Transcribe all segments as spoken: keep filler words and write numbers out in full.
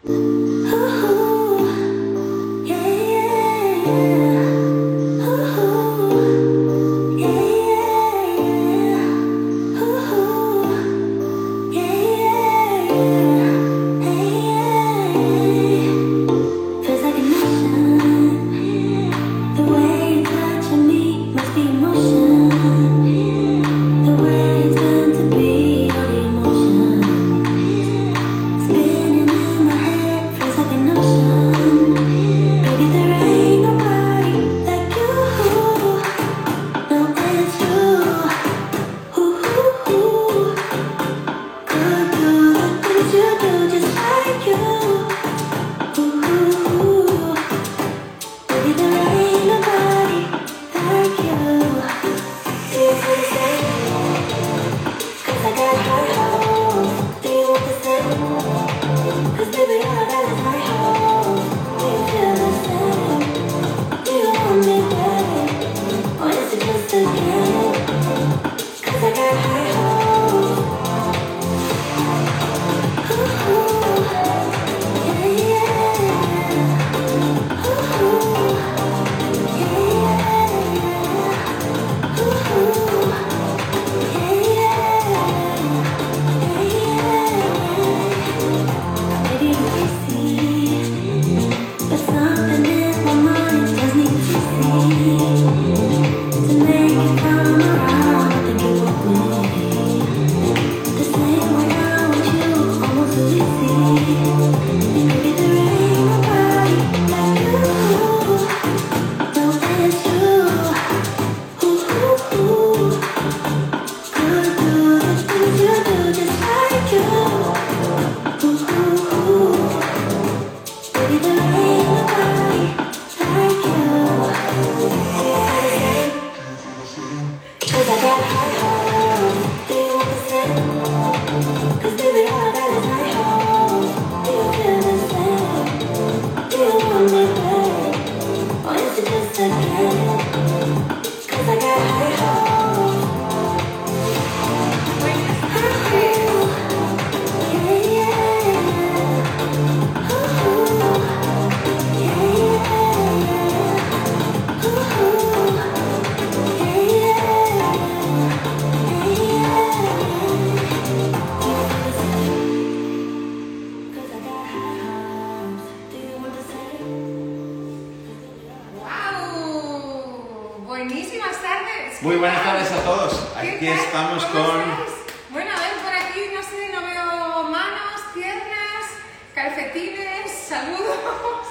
Muy buenas tardes a todos. Aquí estamos con... Bueno, a ver, por aquí, no sé, no veo manos, piernas, calcetines, saludos.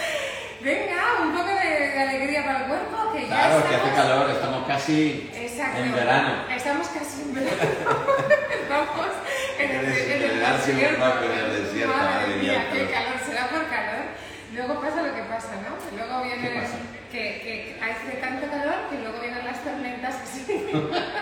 Venga, un poco de, de alegría para el cuerpo, que ya Claro, estamos... que hace calor, estamos casi Exacto. en verano. Estamos casi en verano. Estamos en el, en el Darse un desierto. poco en el desierto, Madre madre mía, mía, qué calor. calor, será por calor. Luego pasa lo que pasa, ¿no? Que luego viene... ¿Qué pasa? Que, que hace tanto calor que luego vienen las tormentas así. que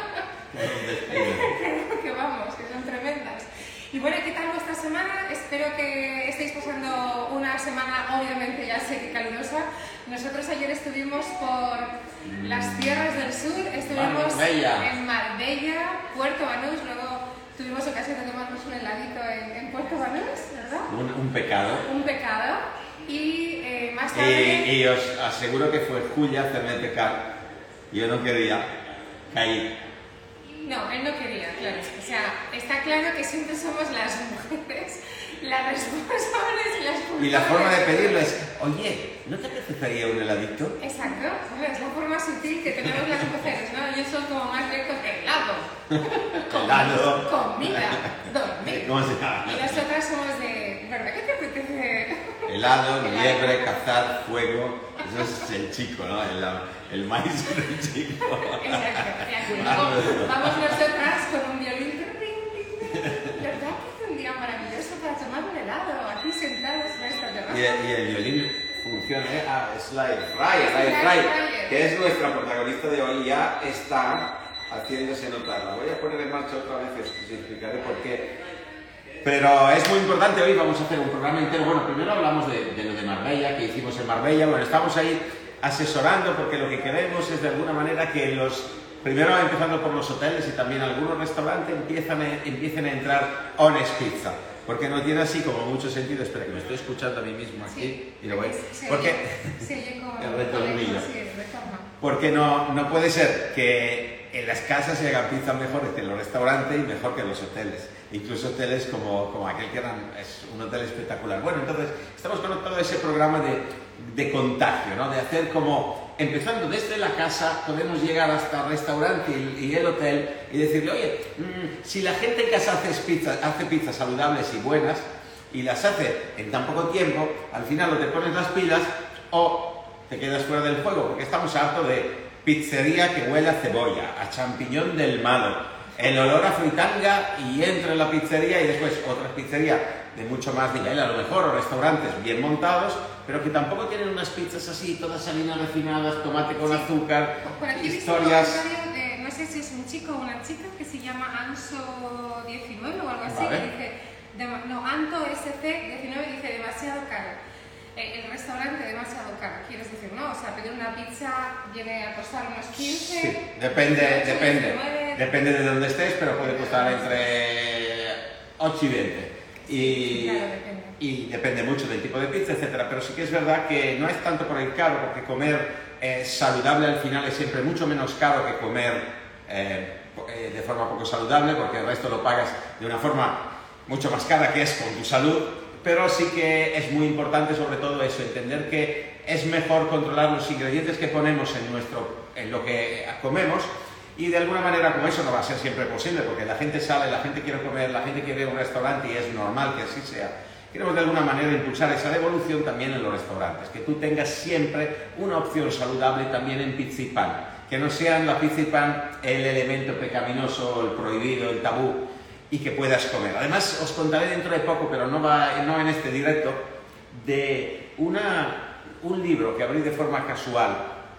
vamos, que son tremendas. Y bueno, ¿qué tal vuestra semana? Espero que estéis pasando una semana, obviamente ya sé que calurosa. Nosotros ayer estuvimos por las tierras del sur, estuvimos Marbella. en Marbella, Puerto Banús, luego tuvimos ocasión de tomarnos un heladito en, en Puerto Banús, ¿verdad? Un, un pecado. Un pecado. Y eh, más tarde... Y, y os aseguro que fue Julia hacerme pecar. Yo no quería caer. No, él no quería, claro. O sea, está claro que siempre somos las mujeres las responsables y las culpables. Y la forma de pedirlo es, oye, ¿no te apetecería un heladito? Exacto, es la forma sutil que tenemos las mujeres, ¿no? Yo soy como más directo que helado. Helado. Comida, dormir. ¿Cómo se llama? Y nosotras somos de, ¿verdad que te apetece? Helado, liebre, cazar, fuego. Eso es el chico, ¿no? El, el maíz del chico. Exacto. Y luego vamos nosotras con un violín. ¿Verdad que es un día maravilloso para tomar un helado? Aquí sentados en esta terraza. Y, el- y el violín funciona, ¿eh? Ah, es la Air Fryer, la Air La Fryer, Air Fryer. que es nuestra protagonista de hoy, ya está haciéndose notar. La voy a poner en marcha otra vez, os explicaré por qué. Pero es muy importante, hoy vamos a hacer un programa entero. Bueno, primero hablamos de, de lo de Marbella, que hicimos en Marbella. Bueno, estamos ahí asesorando porque lo que queremos es de alguna manera que los, primero empezando por los hoteles y también algunos restaurantes empiezan a, empiecen a entrar Honest Pizza. porque no tiene así como mucho sentido. Espera, que me estoy escuchando a mí mismo aquí, sí, y lo voy. Se Porque oye, se oye como el retornillo. Sí, el retorno. Porque no, no puede ser que en las casas se hagan pizzas mejores que en los restaurantes y mejor que en los hoteles. Incluso hoteles como, como aquel que eran, es un hotel espectacular. Bueno, entonces estamos con todo ese programa de, de contagio, ¿no? De hacer como, empezando desde la casa, podemos llegar hasta el restaurante y, y el hotel y decirle, oye, mmm, si la gente en casa hace pizzas, hace pizzas saludables y buenas y las hace en tan poco tiempo, al final o te pones las pilas o te quedas fuera del juego, porque estamos hartos de pizzería que huele a cebolla, a champiñón del malo, el olor a fritanga y entra en la pizzería y después otra pizzería de mucho más nivel, a lo mejor, o restaurantes bien montados, pero que tampoco tienen unas pizzas así, todas harinas refinadas, tomate con Sí. azúcar, Por aquí historias... dice un comentario de, no sé si es un chico o una chica, que se llama Anso diecinueve o algo así, Vale. que dice, dema- no, Anto S C diecinueve dice demasiado caro. Eh, el restaurante demasiado caro, quieres decir, ¿no? O sea, pedir una pizza viene a costar unos quince... Sí, depende, dieciocho, depende, diecinueve, depende de dónde estés, pero puede costar entre ocho y veinte. Y, Claro, depende. y depende mucho del tipo de pizza, etcétera. Pero sí que es verdad que no es tanto por el caro, porque comer eh, saludable al final es siempre mucho menos caro que comer eh, eh, de forma poco saludable, porque el resto lo pagas de una forma mucho más cara, que es con tu salud. Pero sí que es muy importante sobre todo eso, entender que es mejor controlar los ingredientes que ponemos en, nuestro, en lo que comemos, y de alguna manera, como eso no va a ser siempre posible, porque la gente sale, la gente quiere comer, la gente quiere ir a un restaurante y es normal que así sea, queremos de alguna manera impulsar esa devolución también en los restaurantes, que tú tengas siempre una opción saludable también en pizza y pan, que no sean la pizza y pan el elemento pecaminoso, el prohibido, el tabú, y que puedas comer. Además, os contaré dentro de poco, pero no, va, no en este directo, de una, un libro que abrí de forma casual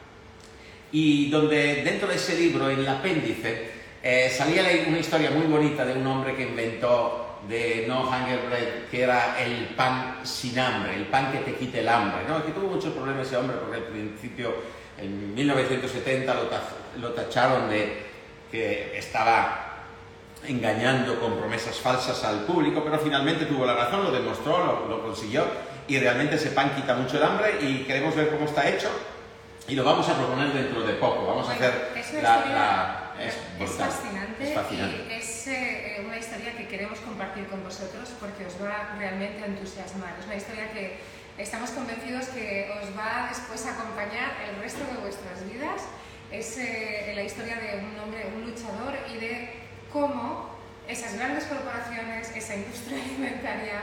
y donde dentro de ese libro, en el apéndice, eh, salía una historia muy bonita de un hombre que inventó de No Hunger Bread, que era el pan sin hambre, el pan que te quite el hambre, ¿no? Que tuvo muchos problemas ese hombre porque al principio, en mil novecientos setenta, lo, tach, lo tacharon de que estaba engañando con promesas falsas al público, pero finalmente tuvo la razón, lo demostró, lo, lo consiguió, y realmente ese pan quita mucho el hambre y queremos ver cómo está hecho y lo vamos a proponer dentro de poco. Vamos bueno, a hacer es la... historia, la es, es, fascinante es fascinante y es eh, una historia que queremos compartir con vosotros porque os va realmente a entusiasmar. Es una historia que estamos convencidos que os va después a acompañar el resto de vuestras vidas. Es eh, la historia de un hombre, un luchador, y de cómo esas grandes corporaciones, esa industria alimentaria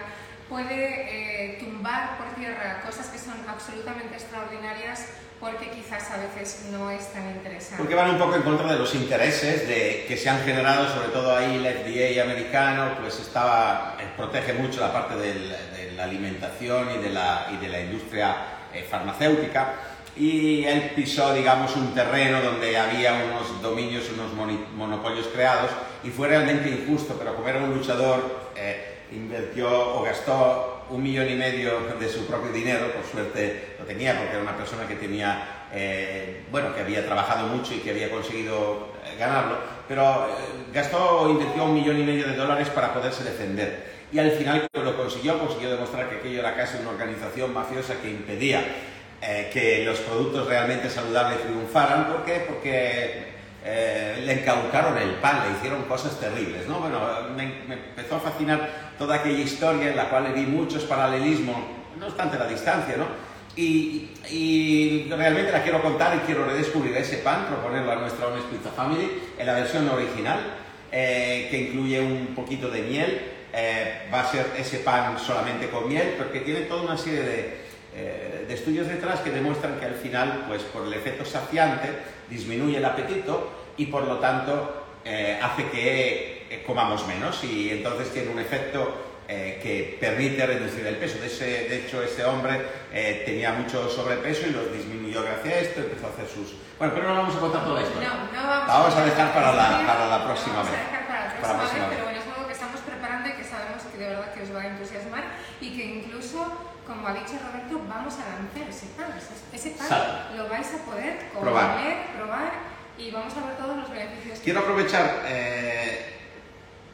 puede eh, tumbar por tierra cosas que son absolutamente extraordinarias porque quizás a veces no es tan interesante. Porque van un poco en contra de los intereses de, que se han generado, sobre todo ahí el F D A americano, pues estaba, eh, protege mucho la parte del, de la alimentación y de la, y de la industria eh, farmacéutica, y él pisó, digamos, un terreno donde había unos dominios, unos monopolios creados, y fue realmente injusto, pero como era un luchador, eh, invirtió o gastó un millón y medio de su propio dinero, por suerte lo tenía porque era una persona que tenía, eh, bueno, que había trabajado mucho y que había conseguido eh, ganarlo, pero eh, gastó o invirtió un millón y medio de dólares para poderse defender. Y al final lo consiguió, consiguió demostrar que aquello era casi una organización mafiosa que impedía eh, que los productos realmente saludables triunfaran. ¿Por qué? Porque Eh, le encaucaron el pan, le hicieron cosas terribles, ¿no? Bueno, me, me empezó a fascinar toda aquella historia en la cual vi muchos paralelismos, no obstante la distancia, ¿no? Y, y realmente la quiero contar y quiero redescubrir ese pan, proponerlo a nuestra Honest Pizza Family en la versión original, eh, que incluye un poquito de miel. Eh, va a ser ese pan solamente con miel, porque tiene toda una serie de de estudios detrás que demuestran que al final, pues por el efecto saciante, disminuye el apetito y por lo tanto eh, hace que eh, comamos menos, y entonces tiene un efecto eh, que permite reducir el peso. De, ese, de hecho, este hombre eh, tenía mucho sobrepeso y los disminuyó gracias a esto, empezó a hacer sus... Bueno, pero no vamos a contar toda la historia. No, no vamos, la vamos a dejar para la, historia, para la próxima vamos vez. A dejar para la próxima, para la próxima vez, vez. Pero bueno, es algo que estamos preparando y que sabemos que de verdad que os va a entusiasmar y que incluso, como ha dicho Roberto, vamos a lanzar ese pan. Ese pan Sal. lo vais a poder comer, Probar. probar y vamos a ver todos los beneficios. Quiero aprovechar eh,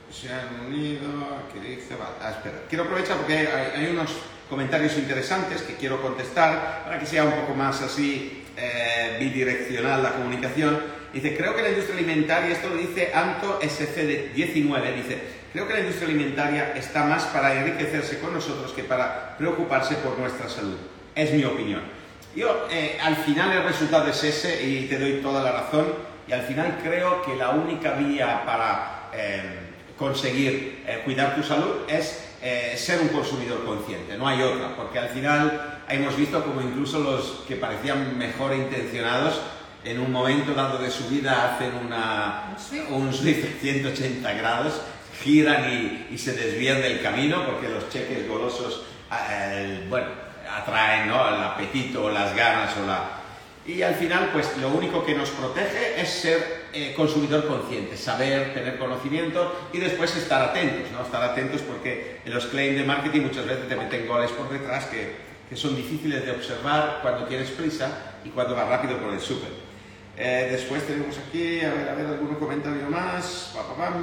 se han unido, aquí dice, vale, ah, espera, quiero aprovechar porque hay, hay unos comentarios interesantes que quiero contestar para que sea un poco más así eh, bidireccional la comunicación. Dice, creo que la industria alimentaria, esto lo dice Anto S C diecinueve, dice, creo que la industria alimentaria está más para enriquecerse con nosotros que para preocuparse por nuestra salud. Es mi opinión. Yo, eh, al final el resultado es ese y te doy toda la razón, y al final creo que la única vía para eh, conseguir eh, cuidar tu salud es eh, ser un consumidor consciente, no hay otra, porque al final hemos visto como incluso los que parecían mejor intencionados en un momento dado de su vida hacen una, un switch de ciento ochenta grados, giran y, y se desvían del camino porque los cheques golosos eh, bueno, atraen, ¿no?, el apetito o las ganas o la... Y al final, pues lo único que nos protege es ser eh, consumidor consciente, saber, tener conocimiento y después estar atentos, ¿no? Estar atentos porque en los claims de marketing muchas veces te meten goles por detrás que, que son difíciles de observar cuando tienes prisa y cuando vas rápido por el súper. Eh, después tenemos aquí, a ver, a ver, algún comentario más. Pa, pa, pam.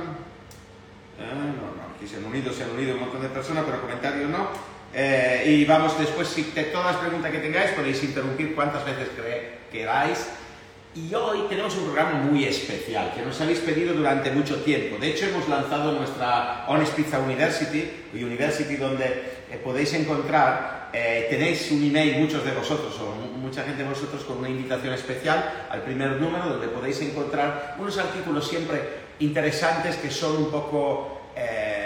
Eh, no, no, aquí se han unido, se han unido un montón de personas, pero comentario no. Eh, y vamos después, si te, todas las preguntas que tengáis podéis interrumpir cuantas veces queráis. Y hoy tenemos un programa muy especial que nos habéis pedido durante mucho tiempo. De hecho, hemos lanzado nuestra Honest Pizza University, University donde eh, podéis encontrar, eh, tenéis un email, muchos de vosotros, o mucha gente de vosotros, con una invitación especial al primer número, donde podéis encontrar unos artículos siempre interesantes que son un poco... Eh,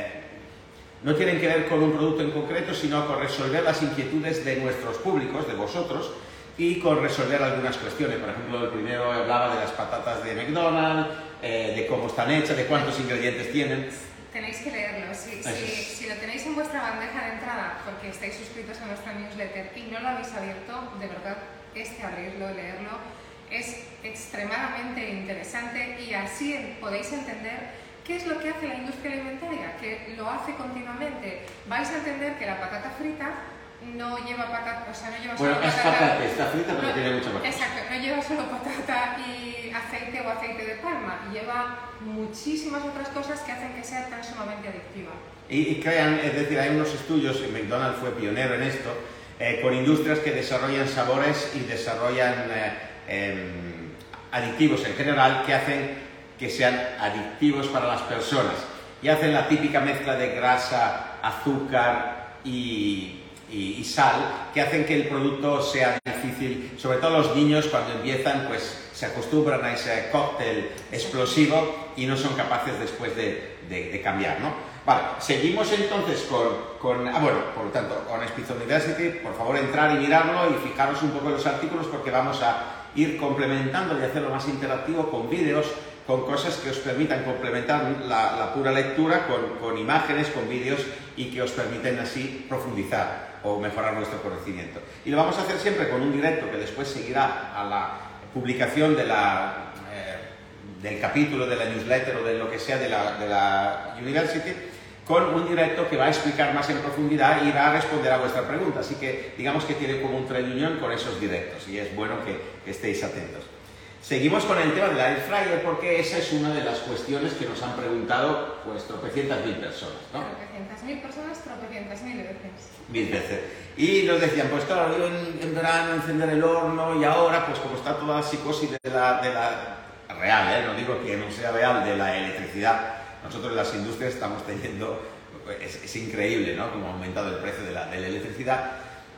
no tienen que ver con un producto en concreto, sino con resolver las inquietudes de nuestros públicos, de vosotros, y con resolver algunas cuestiones. Por ejemplo, el primero hablaba de las patatas de McDonald's, eh, de cómo están hechas, de cuántos ingredientes tienen. Tenéis que leerlo. Si, si, si lo tenéis en vuestra bandeja de entrada, porque estáis suscritos a nuestra newsletter y no lo habéis abierto, de verdad, este abrirlo, leerlo, es extremadamente interesante y así podéis entender ¿qué es lo que hace la industria alimentaria? Que lo hace continuamente. Vais a entender que la patata frita no lleva patata, o sea, no lleva bueno, solo es patata. patata, está frita, pero no, tiene mucha patata. Exacto, no lleva solo patata y aceite o aceite de palma, lleva muchísimas otras cosas que hacen que sea tan sumamente adictiva. Y, y crean, es decir, hay unos estudios, y McDonald's fue pionero en esto, eh, con industrias que desarrollan sabores y desarrollan eh, eh, aditivos en general que hacen que sean adictivos para las personas y hacen la típica mezcla de grasa, azúcar y, y, y sal que hacen que el producto sea difícil, sobre todo los niños cuando empiezan pues se acostumbran a ese cóctel explosivo y no son capaces después de, de, de cambiar, ¿no? Vale, seguimos entonces con, con ah, bueno, por lo tanto, Honest Pizza University, por favor entrar y mirarlo y fijaros un poco en los artículos porque vamos a ir complementando y hacerlo más interactivo con vídeos, con cosas que os permitan complementar la, la pura lectura con, con imágenes, con vídeos y que os permiten así profundizar o mejorar vuestro conocimiento. Y lo vamos a hacer siempre con un directo que después seguirá a la publicación de la, eh, del capítulo de la newsletter o de lo que sea de la, de la University, con un directo que va a explicar más en profundidad y va a responder a vuestra pregunta. Así que digamos que tiene como un trade union con esos directos y es bueno que, que estéis atentos. Seguimos con el tema del air fryer porque esa es una de las cuestiones que nos han preguntado pues tropecientas mil personas, ¿no? Tropecientas mil personas, tropecientas mil veces. Mil veces. Y nos decían, pues claro, yo en, en verano encender el horno y ahora, pues como está toda la psicosis de la, de la real, ¿eh? No digo que no sea real, de la electricidad, nosotros en las industrias estamos teniendo, es, es increíble, ¿no? Como ha aumentado el precio de la, de la electricidad.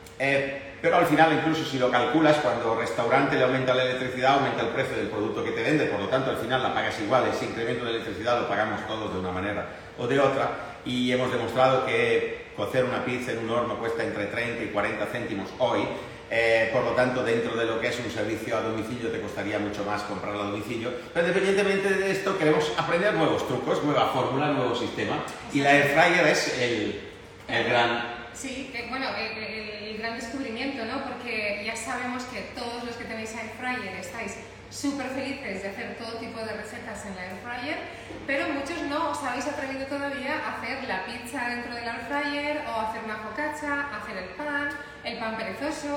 Eh, pero al final, incluso si lo calculas, cuando al restaurante le aumenta la electricidad, aumenta el precio del producto que te vende, por lo tanto al final la pagas igual, ese incremento de electricidad lo pagamos todos de una manera o de otra, y hemos demostrado que cocer una pizza en un horno cuesta entre treinta y cuarenta céntimos hoy, eh, por lo tanto dentro de lo que es un servicio a domicilio te costaría mucho más comprarlo a domicilio, pero independientemente de esto queremos aprender nuevos trucos, nueva fórmula, nuevo sistema, y la air fryer es el, el gran... Sí, eh, bueno, el, el, el gran descubrimiento, ¿no? Porque ya sabemos que todos los que tenéis air fryer estáis súper felices de hacer todo tipo de recetas en la air fryer, pero muchos no os habéis atrevido todavía a hacer la pizza dentro del air fryer o hacer una focaccia, hacer el pan, el pan perezoso,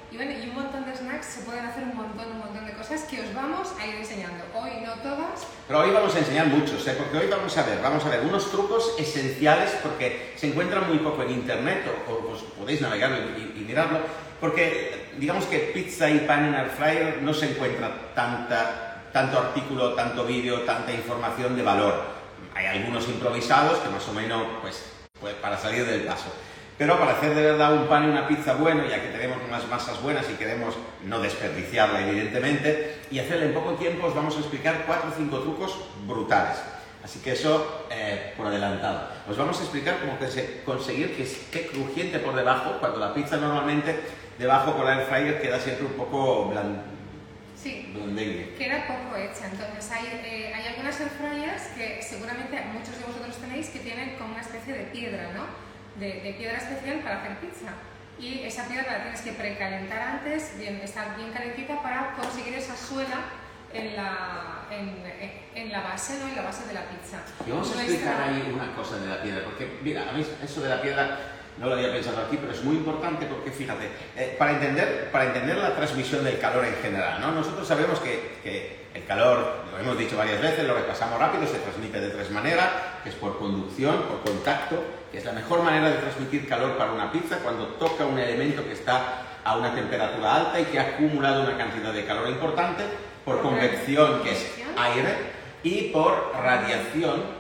y, bueno, y un montón de snacks. Se pueden hacer un montón, un montón de cosas que os vamos a ir enseñando. Hoy no todas. Pero hoy vamos a enseñar muchos, ¿eh? Porque hoy vamos a ver, vamos a ver unos trucos esenciales porque se encuentran muy poco en internet o, o os podéis navegarlo y, y mirarlo, porque digamos que pizza y pan en air fryer no se encuentra tanta, tanto artículo, tanto vídeo, tanta información de valor. Hay algunos improvisados que más o menos, pues, pues para salir del paso. Pero para hacer de verdad un pan y una pizza bueno, ya que tenemos unas masas buenas y queremos no desperdiciarla evidentemente, y hacerla en poco tiempo, os vamos a explicar cuatro o cinco trucos brutales. Así que eso eh, por adelantado. Os vamos a explicar cómo conseguir que esté crujiente por debajo, cuando la pizza normalmente debajo con la air fryer queda siempre un poco blandita. Sí, queda poco hecha. Entonces hay, eh, hay algunas air fryers que seguramente muchos de vosotros tenéis que tienen como una especie de piedra, ¿no? De, de piedra especial para hacer pizza. Y esa piedra la tienes que precalentar antes, bien, estar bien calentita para conseguir esa suela en la, en, en la base, ¿no? En la base de la pizza. Y vamos a explicar ahí una cosa de la piedra, porque mira, a mí eso de la piedra no lo había pensado aquí, pero es muy importante porque fíjate, eh, para, entender, para entender la transmisión del calor en general, ¿no? Nosotros sabemos que, que el calor, lo hemos dicho varias veces, lo repasamos rápido, se transmite de tres maneras, que es por conducción, por contacto, que es la mejor manera de transmitir calor para una pizza cuando toca un elemento que está a una temperatura alta y que ha acumulado una cantidad de calor importante, por convección, que es aire, y por radiación.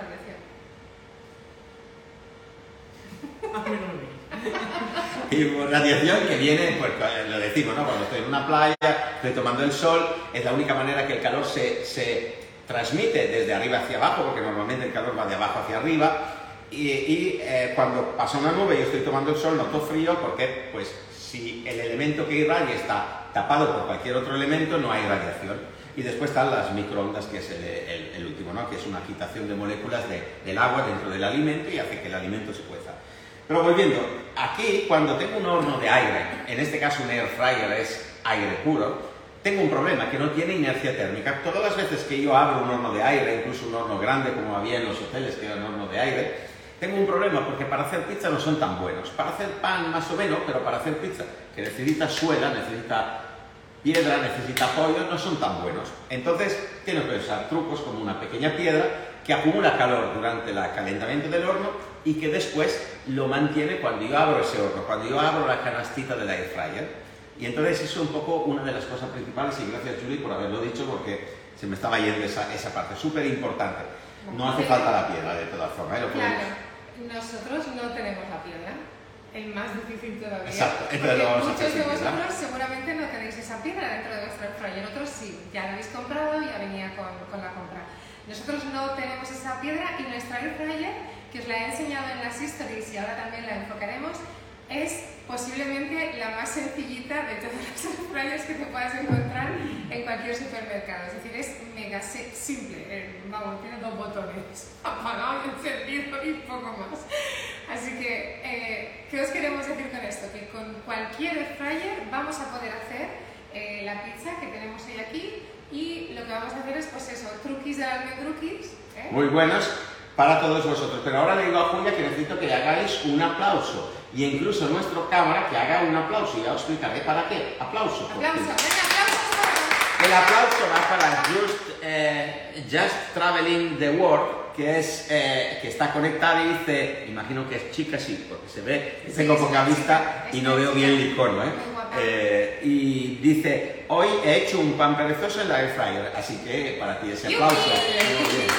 Y por radiación que viene, pues lo decimos, ¿no? Cuando estoy en una playa, estoy tomando el sol, es la única manera que el calor se, se transmite desde arriba hacia abajo, porque normalmente el calor va de abajo hacia arriba, y, y eh, cuando pasa una nube y yo estoy tomando el sol, noto frío, porque pues si el elemento que irradia está tapado por cualquier otro elemento, no hay radiación. Y después están las microondas, que es el, el, el último, ¿no? Que es una agitación de moléculas de, del agua dentro del alimento y hace que el alimento se cueza. Pero volviendo, aquí cuando tengo un horno de aire, en este caso un air fryer es aire puro, tengo un problema que no tiene inercia térmica. Todas las veces que yo abro un horno de aire, incluso un horno grande como había en los hoteles que era un horno de aire, tengo un problema porque para hacer pizza no son tan buenos. Para hacer pan más o menos, pero para hacer pizza, que necesita suela, necesita piedra, necesita apoyo, no son tan buenos. Entonces, tengo que usar trucos como una pequeña piedra que acumula calor durante el calentamiento del horno y que después lo mantiene cuando yo abro ese horno, cuando yo abro la canastita del air fryer. Y entonces eso es un poco una de las cosas principales, y gracias Julie por haberlo dicho porque se me estaba yendo esa, esa parte, súper importante. No hace falta la piedra de todas formas, ¿eh? Lo claro, nosotros no tenemos la piedra. El más difícil todavía. Exacto, entonces lo vamos a hacer muchos de sin vosotros piedra. seguramente no tenéis esa piedra dentro de vuestro air fryer, otros sí, ya la habéis comprado, ya venía con, con la compra. Nosotros no tenemos esa piedra y nuestra air fryer, que os la he enseñado en las stories y ahora también la enfocaremos, es posiblemente la más sencillita de todas las air fryers que te puedas encontrar en cualquier supermercado. Es decir, es mega simple. Eh, vamos, tiene dos botones, apagado y encendido y poco más. Así que, eh, ¿qué os queremos decir con esto? Que con cualquier air fryer vamos a poder hacer eh, la pizza que tenemos hoy aquí, y lo que vamos a hacer es, pues eso, truquis de almendruquis. ¿eh? Muy buenos para todos vosotros. Pero ahora le digo a Julia que necesito que le hagáis un aplauso. Y incluso nuestro cámara que haga un aplauso. Y ya os explicaré para qué. Aplauso. Aplauso, venga, aplausos. El aplauso va para Just, eh, Just Traveling the World, que es eh, que está conectada y dice, imagino que es chica, sí, porque se ve, Sí, tengo sí, poca sí, vista sí, y no sí, veo sí, bien sí. el icono, ¿eh? Muy guapa. Eh, y dice, hoy he hecho un pan perezoso en la air fryer, así que para ti ese aplauso. Muy bien.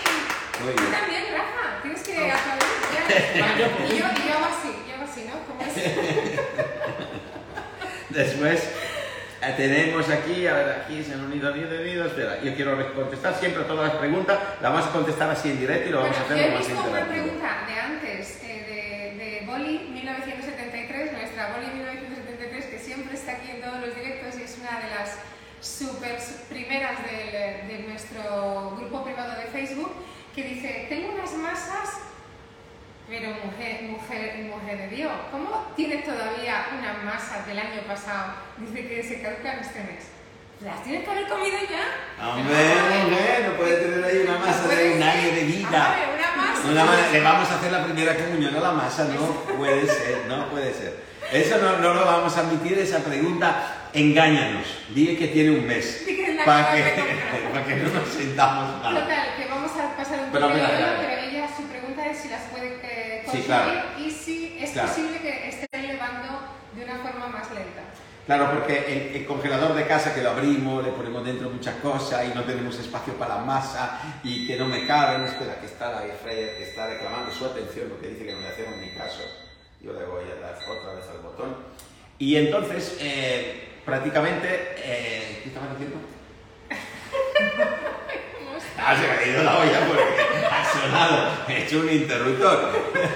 Muy Tú bien. también, Rafa, tienes que aplaudir. Ya. Y yo, y yo hago así, yo hago así, ¿no? Como es. Después eh, tenemos aquí, a ver, aquí se han unido, unido, unido, espera, yo quiero contestar siempre todas las preguntas, la vamos a contestar así en directo y lo vamos Bueno, a hacer yo lo he más visto una interactivo. pregunta de antes, eh, de, de Boli mil novecientos setenta y tres, nuestra Boli mil novecientos setenta y tres, que siempre está aquí en todos los directos y es una de las super primeras del, de nuestro grupo privado de Facebook, que dice, tengo unas masas, pero mujer, mujer, mujer de Dios, ¿cómo tienes todavía una masa del año pasado? Dice que se caducan este mes. ¿Las tienes que haber comido ya? Hombre, hombre, no puede tener ahí una masa de un año de vida. Ah, vale, una masa. Una ma- le vamos a hacer la primera comunión a la masa, no puede ser, no puede ser. Eso no, no lo vamos a admitir, esa pregunta. Engáñanos. Dile que tiene un mes. Para que, para que no nos sintamos mal. Total, que vamos a pasar un pero, periodo, mira, pero ella, su pregunta es si las puede eh, conseguir, sí, claro. y si es claro. posible que estén elevando de una forma más lenta. Claro, porque el, el congelador de casa que lo abrimos, le ponemos dentro muchas cosas y no tenemos espacio para la masa y que no me caben. Espera, que está la airfryer que está reclamando su atención porque dice que no le hacemos ni caso. Yo le voy a dar otra vez al botón. Y entonces, eh, prácticamente, eh, ¿qué estaba diciendo? Ah, se me ha ido la olla porque ha sonado, he hecho un interruptor.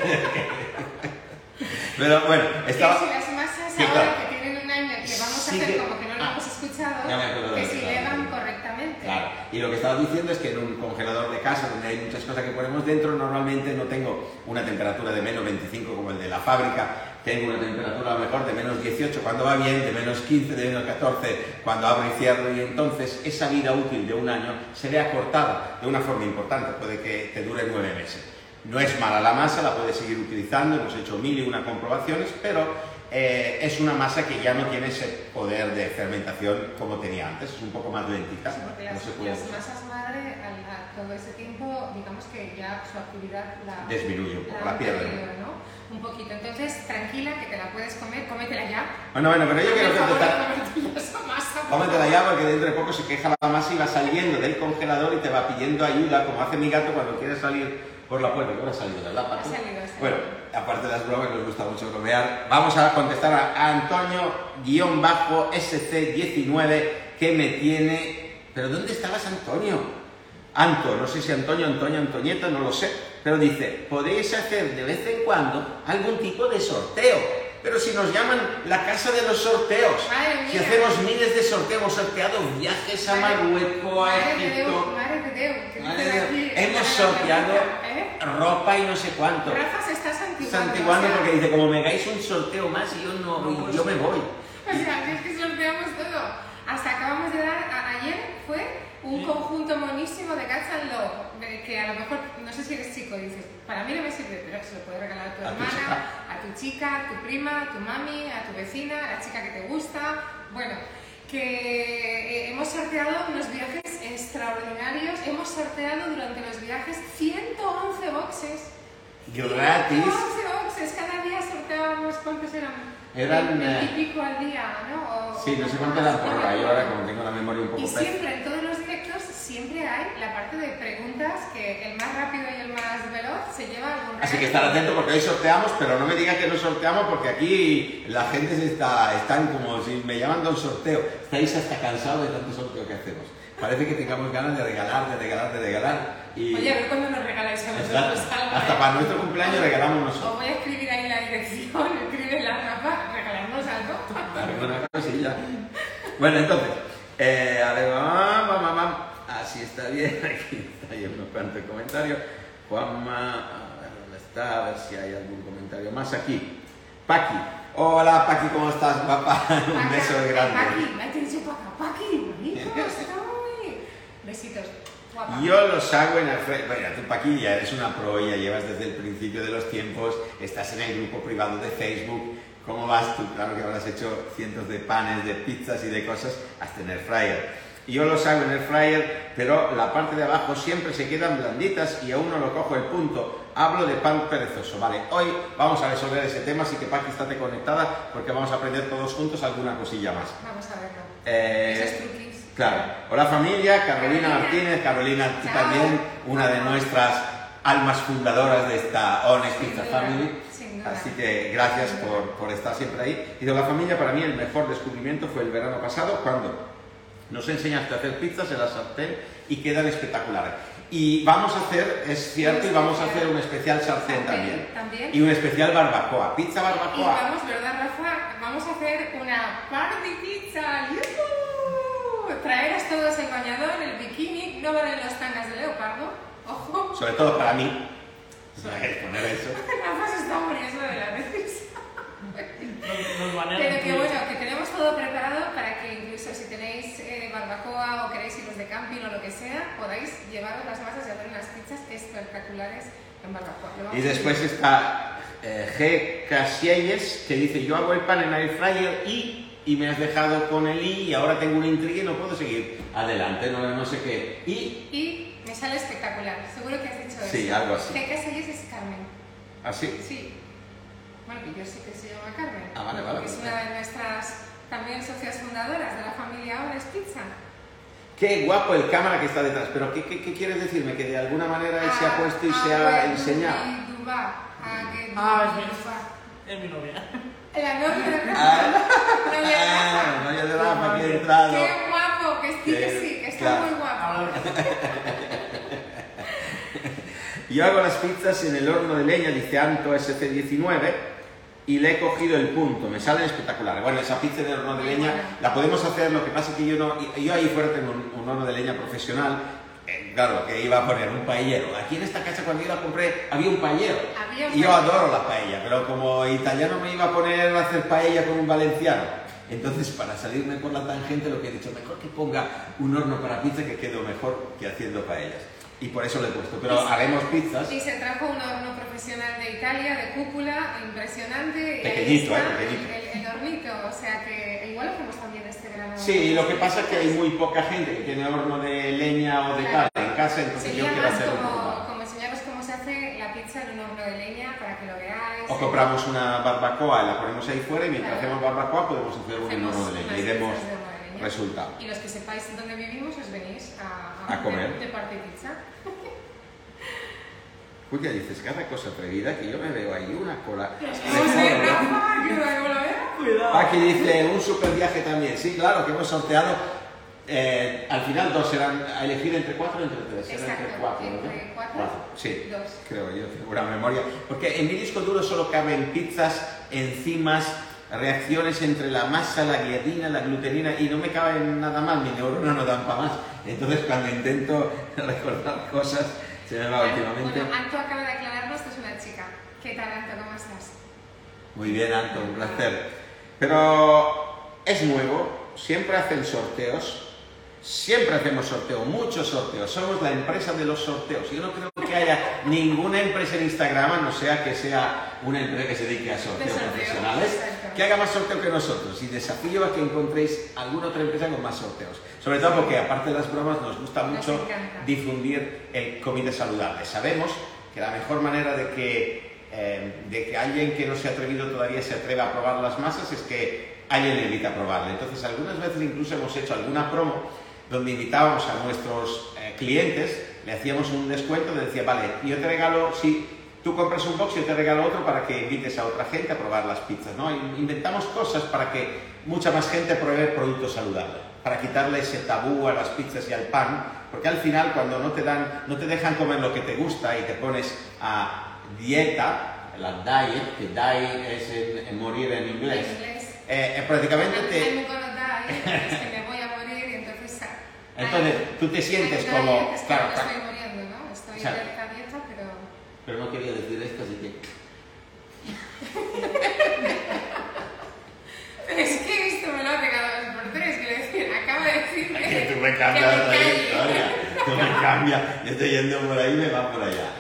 Pero bueno, estaba... Que si las masas sí, ahora claro. que tienen un año que vamos a Sí hacer que... como que no lo ah, hemos escuchado, ya me acuerdo de que lo si que levan estaba correctamente. Claro, y lo que estaba diciendo es que en un congelador de casa donde hay muchas cosas que ponemos dentro, normalmente no tengo una temperatura de menos veinticinco como el de la fábrica, tengo una temperatura a lo mejor de menos dieciocho cuando va bien, de menos quince, de menos catorce cuando abro y cierro, y entonces esa vida útil de un año se ve acortada de una forma importante, puede que te dure nueve meses. No es mala la masa, la puedes seguir utilizando, hemos hecho mil y una comprobaciones, pero eh, es una masa que ya no tiene ese poder de fermentación como tenía antes, es un poco más lentita. Sí, porque las, no se puede las usar. masas madre, al, a todo ese tiempo, digamos que ya su actividad la Disminuye un poco, la la pierde. perdido, ¿no? Un poquito. Entonces, tranquila, que te la puedes comer, cómetela ya. Bueno, bueno, pero yo quiero Por favor, contestar. cómetela esa masa, por Cómetela favor. ya porque dentro de poco se queja la masa y va saliendo del congelador y te va pidiendo ayuda, como hace mi gato cuando quiere salir por la puerta. ¿Cómo ha salido, verdad, Paco? Ha salido, ha salido. Bueno, aparte de las bromas, nos gusta mucho bromear. Vamos a contestar a Antonio S C diecinueve que me tiene... ¿Pero dónde estabas, Antonio? Anto, no sé si Antonio, Antonio, Antonieta, no lo sé. Pero dice, podéis hacer de vez en cuando algún tipo de sorteo. Pero si nos llaman la casa de los sorteos, Madre si mía. hacemos miles de sorteos, hemos sorteado viajes a Marruecos, a Madre de Egipto. Déu, madre de Déu, que Madre dicen de aquí, Dios. Hemos en la sorteado ¿eh? ropa y no sé cuánto. Rafa se está santiguando. Santiguando o sea, porque dice, como me hagáis un sorteo más, yo no voy, yo me voy. O sea, que es que sorteamos todo. Hasta acabamos de dar, a- ayer fue un conjunto monísimo de Cats and Love, de que a lo mejor, no sé si eres chico, dices, para mí no me sirve, pero se lo puedes regalar a tu A tu hermana, chica. a tu chica, a tu prima, a tu mami, a tu vecina, a la chica que te gusta. Bueno, que eh, hemos sorteado unos viajes extraordinarios, hemos sorteado durante los viajes ciento once boxes. Gratis. ciento once boxes, cada día sorteábamos, ¿cuántos eran? Eran, veinte eh, y pico al día, ¿no? O- Sí, no sé o cuánto más, eran por no me hora. Yo acuerdo. ahora como tengo la memoria un poco Y pez. siempre, en todos los directos, siempre hay la parte de preguntas que el más rápido y el más veloz se lleva algún Así que regalo. estar atento porque hoy sorteamos, pero no me digas que no sorteamos porque aquí la gente se está, están como si me llaman de un sorteo. Estáis hasta cansados de tanto sorteo que hacemos. Parece que tengamos ganas de regalar, de regalar, de regalar. Y... Oye, a ver cuándo nos regaláis a Exacto. nosotros algo. Hasta ¿eh? para nuestro cumpleaños regalamos Os nosotros. voy a escribir ahí la dirección, escribe la Rafa, regalarnos algo. Alguna cosilla. Bueno, entonces, eh, a ver, vamos, vamos, vamos. Así está bien. Aquí hay unos cuantos comentarios. Juanma, a ver dónde está, a ver si hay algún comentario más aquí. Paqui. Hola, Paqui, ¿cómo estás, papá? Un beso grande. Paqui, me ha dicho para acá, Paqui, bonito, estoy. Besitos. Guapa. Yo los hago en el Facebook. Bueno, tú, Paqui, ya eres una pro, ya llevas desde el principio de los tiempos, estás en el grupo privado de Facebook. ¿Cómo vas tú? Claro que habrás hecho cientos de panes, de pizzas y de cosas, hasta en el fryer. Yo los hago en el fryer, pero la parte de abajo siempre se quedan blanditas y aún no lo cojo el punto. Hablo de pan perezoso. Vale, hoy vamos a resolver ese tema, así que Paqui, estate conectada porque vamos a aprender todos juntos alguna cosilla más. Vamos a verlo. Eh, Esos truquis. Claro. Hola familia, Carolina Carolina. Martínez, Carolina tú Chao. también, una de nuestras almas fundadoras de esta Honest Sin Pizza duda, Family. sin duda. Así que gracias Sin duda. por, por estar siempre ahí. Y de la familia, para mí el mejor descubrimiento fue el verano pasado, cuando nos enseñaste a hacer pizzas en la sartén y quedan espectaculares. Y vamos a hacer, es cierto, y vamos a hacer un especial sartén también. También. Y un especial barbacoa, pizza Y barbacoa. vamos, ¿verdad, Rafa? Vamos a hacer una party pizza. ¡Yujú! Traeros todos el bañador, el bikini, no valen las tangas de leopardo. Ojo. Sobre todo para mí. ¿Sabes? Poner eso. Rafa se está muriendo de la risa. Nos banean Pero en que Twitch. bueno, que tenemos todo preparado para que incluso si tenéis eh, barbacoa o queréis iros de camping o lo que sea, podáis llevaros las masas y hacer unas pizzas espectaculares en barbacoa. Lo vamos Y a después hacer. está eh, G. Casielles, que dice, yo hago el pan en air fryer y, y me has dejado con el i y ahora tengo una intriga y no puedo seguir adelante, no, no sé qué. Y... Y me sale espectacular, seguro que has dicho eso. Sí, algo así. G. Casielles es Carmen. ¿Ah, sí? Sí. Bueno, que yo sé que se llama Carmen. Ah, vale, vale. Es una de nuestras también socias fundadoras de la familia Ores Pizza. Qué guapo el cámara que está detrás, pero ¿qué, qué, qué quieres decirme? ¿Que de alguna manera él se ha puesto y se ha enseñado? Ah, es mi, es mi novia. La novia de Rafa. Ah, Novia de Rafa. ah, novia de Rafa, que ha entrado. Qué guapo, que sí, que sí, que está Claro. muy guapo. Yo hago las pizzas en el horno de leña, dice Anto S C diecinueve, y le he cogido el punto, me salen espectaculares. Bueno, esa pizza en el horno de leña la podemos hacer, lo que pasa es que yo no, yo ahí fuera tengo un, un horno de leña profesional, eh, claro, que iba a poner un paellero. Aquí en esta casa cuando yo la compré había un paellero, Había un y yo paellero. adoro la paella, pero como italiano me iba a poner a hacer paella con un valenciano. Entonces, para salirme por la tangente, lo que he dicho, mejor que ponga un horno para pizza que quede mejor que haciendo paellas. Y por eso lo he puesto, pero Y se- haremos pizzas. Y se trajo un horno profesional de Italia, de cúpula, impresionante. y ahí Pequeñito, está ¿eh? Pequeñito. El, el- el hornito, o sea que igual lo hacemos también este verano. Sí, lo que pasa es que hay muy poca gente que tiene horno de leña o de Claro. tal en casa, entonces Sería yo quiero más hacer un poco como, más. como enseñaros cómo se hace la pizza en un horno de leña para que lo veáis. O compramos una barbacoa y la ponemos ahí fuera y mientras Claro. hacemos barbacoa podemos hacer un Hacemos horno de leña unas y vemos pizzas de horno de leña. resultado. Y los que sepáis dónde vivimos os venís a, A comer. de, de parte pizza. Julia, dices cada cosa atrevida que yo me veo ahí una cola. ¿Cómo se Rafa? Que lo lo veo. Cuidado. Aquí dice un super viaje también. Sí, claro, que hemos sorteado. Eh, al final dos eran a elegir entre cuatro o entre tres. Era Exacto, entre cuatro, ¿no? entre cuatro, Sí, dos. creo yo, tengo una memoria. Porque en mi disco duro solo caben pizzas, enzimas, reacciones entre la masa, la gliadina, la glutenina y no me caben nada más, mis neuronas no dan para más. Entonces cuando intento recordar cosas se me va últimamente. Bueno, Anto acaba de aclararnos que es una chica. ¿Qué tal, Anto? ¿Cómo estás? Muy bien, Anto, un placer. Pero es nuevo, siempre hacen sorteos. Siempre hacemos sorteos, muchos sorteos. Somos la empresa de los sorteos. Yo no creo que haya ninguna empresa en Instagram, a no sea que sea una empresa que se dedique a sorteos De sorteo, profesionales, exacto. que haga más sorteo que nosotros. Y desafío a que encontréis alguna otra empresa con más sorteos. Sobre todo porque, aparte de las bromas, nos gusta Nos mucho encanta. difundir el comida saludable. Sabemos que la mejor manera de que, eh, de que alguien que no se ha atrevido todavía se atreva a probar las masas es que alguien le invita a probarla. Entonces, algunas veces incluso hemos hecho alguna promo donde invitábamos a nuestros eh, clientes, le hacíamos un descuento, le decía, vale, yo te regalo, si tú compras un box, yo te regalo otro para que invites a otra gente a probar las pizzas, ¿no? Inventamos cosas para que mucha más gente pruebe productos saludables, para quitarle ese tabú a las pizzas y al pan, porque al final cuando no te dan, no te dejan comer lo que te gusta y te pones a dieta, la diet, que diet es en, en morir en inglés, En inglés. eh, eh, prácticamente I'm te... gonna die, es que me voy a morir y entonces... ah, Entonces, ay, tú te sientes I'm dying, como... es que Claro, no claro. estoy muriendo, ¿no? Estoy O sea, en esta dieta, pero... Pero no quería decir esto, así que... Pero es que esto me lo ha pegado dos por tres, quiero decir, acaba de decirme... Que tú me que cambias me la calle. trayectoria. Tú me cambias. Yo estoy yendo por ahí y me va por allá.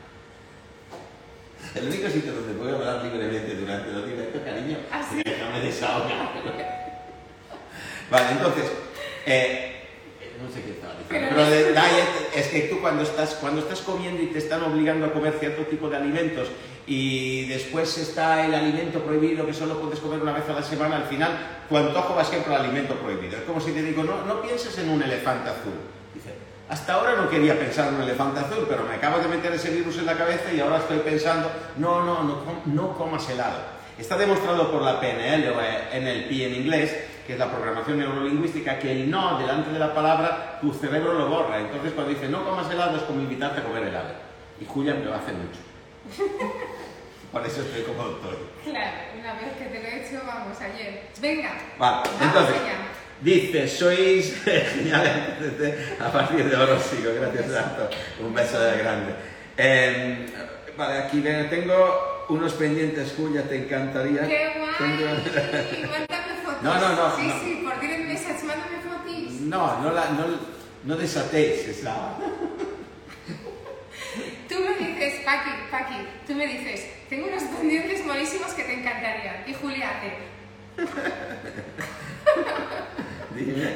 El único sitio donde puedo hablar libremente durante los directos, cariño, ¿Ah, sí? déjame desahogar. Vale, entonces, eh, no sé qué estaba diciendo, Pero pero de diet es que tú cuando estás, cuando estás comiendo y te están obligando a comer cierto tipo de alimentos y después está el alimento prohibido que solo puedes comer una vez a la semana, al final tu antojo va siempre al alimento prohibido. Es como si te digo, no, no pienses en un elefante azul. Dice, hasta ahora no quería pensar en un elefante azul, pero me acabo de meter ese virus en la cabeza y ahora estoy pensando, no, no, no, com- no comas helado. Está demostrado por la P N L o N L P en inglés, que es la programación neurolingüística, que el no delante de la palabra tu cerebro lo borra. Entonces cuando dice no comas helado es como invitarte a comer helado. Y Julia me lo hace mucho. Por eso estoy como doctor. Claro, una vez que te lo he hecho, vamos, ayer. Venga, Vale, vamos entonces, allá. dice, sois geniales, a partir de ahora os sigo, gracias tanto, un beso de grande. Eh, vale, aquí ven, tengo unos pendientes, Julia, te encantaría. ¡Qué guay! Tengo- Mándame fotos. No, no, no, Sí, no. sí, por direct message, mándame fotos. No, no, la, no, no desatéis esa. Tú me dices, Paqui, Paqui, tú me dices, tengo unos pendientes monísimos que te encantarían. Y Julia hace... Dime.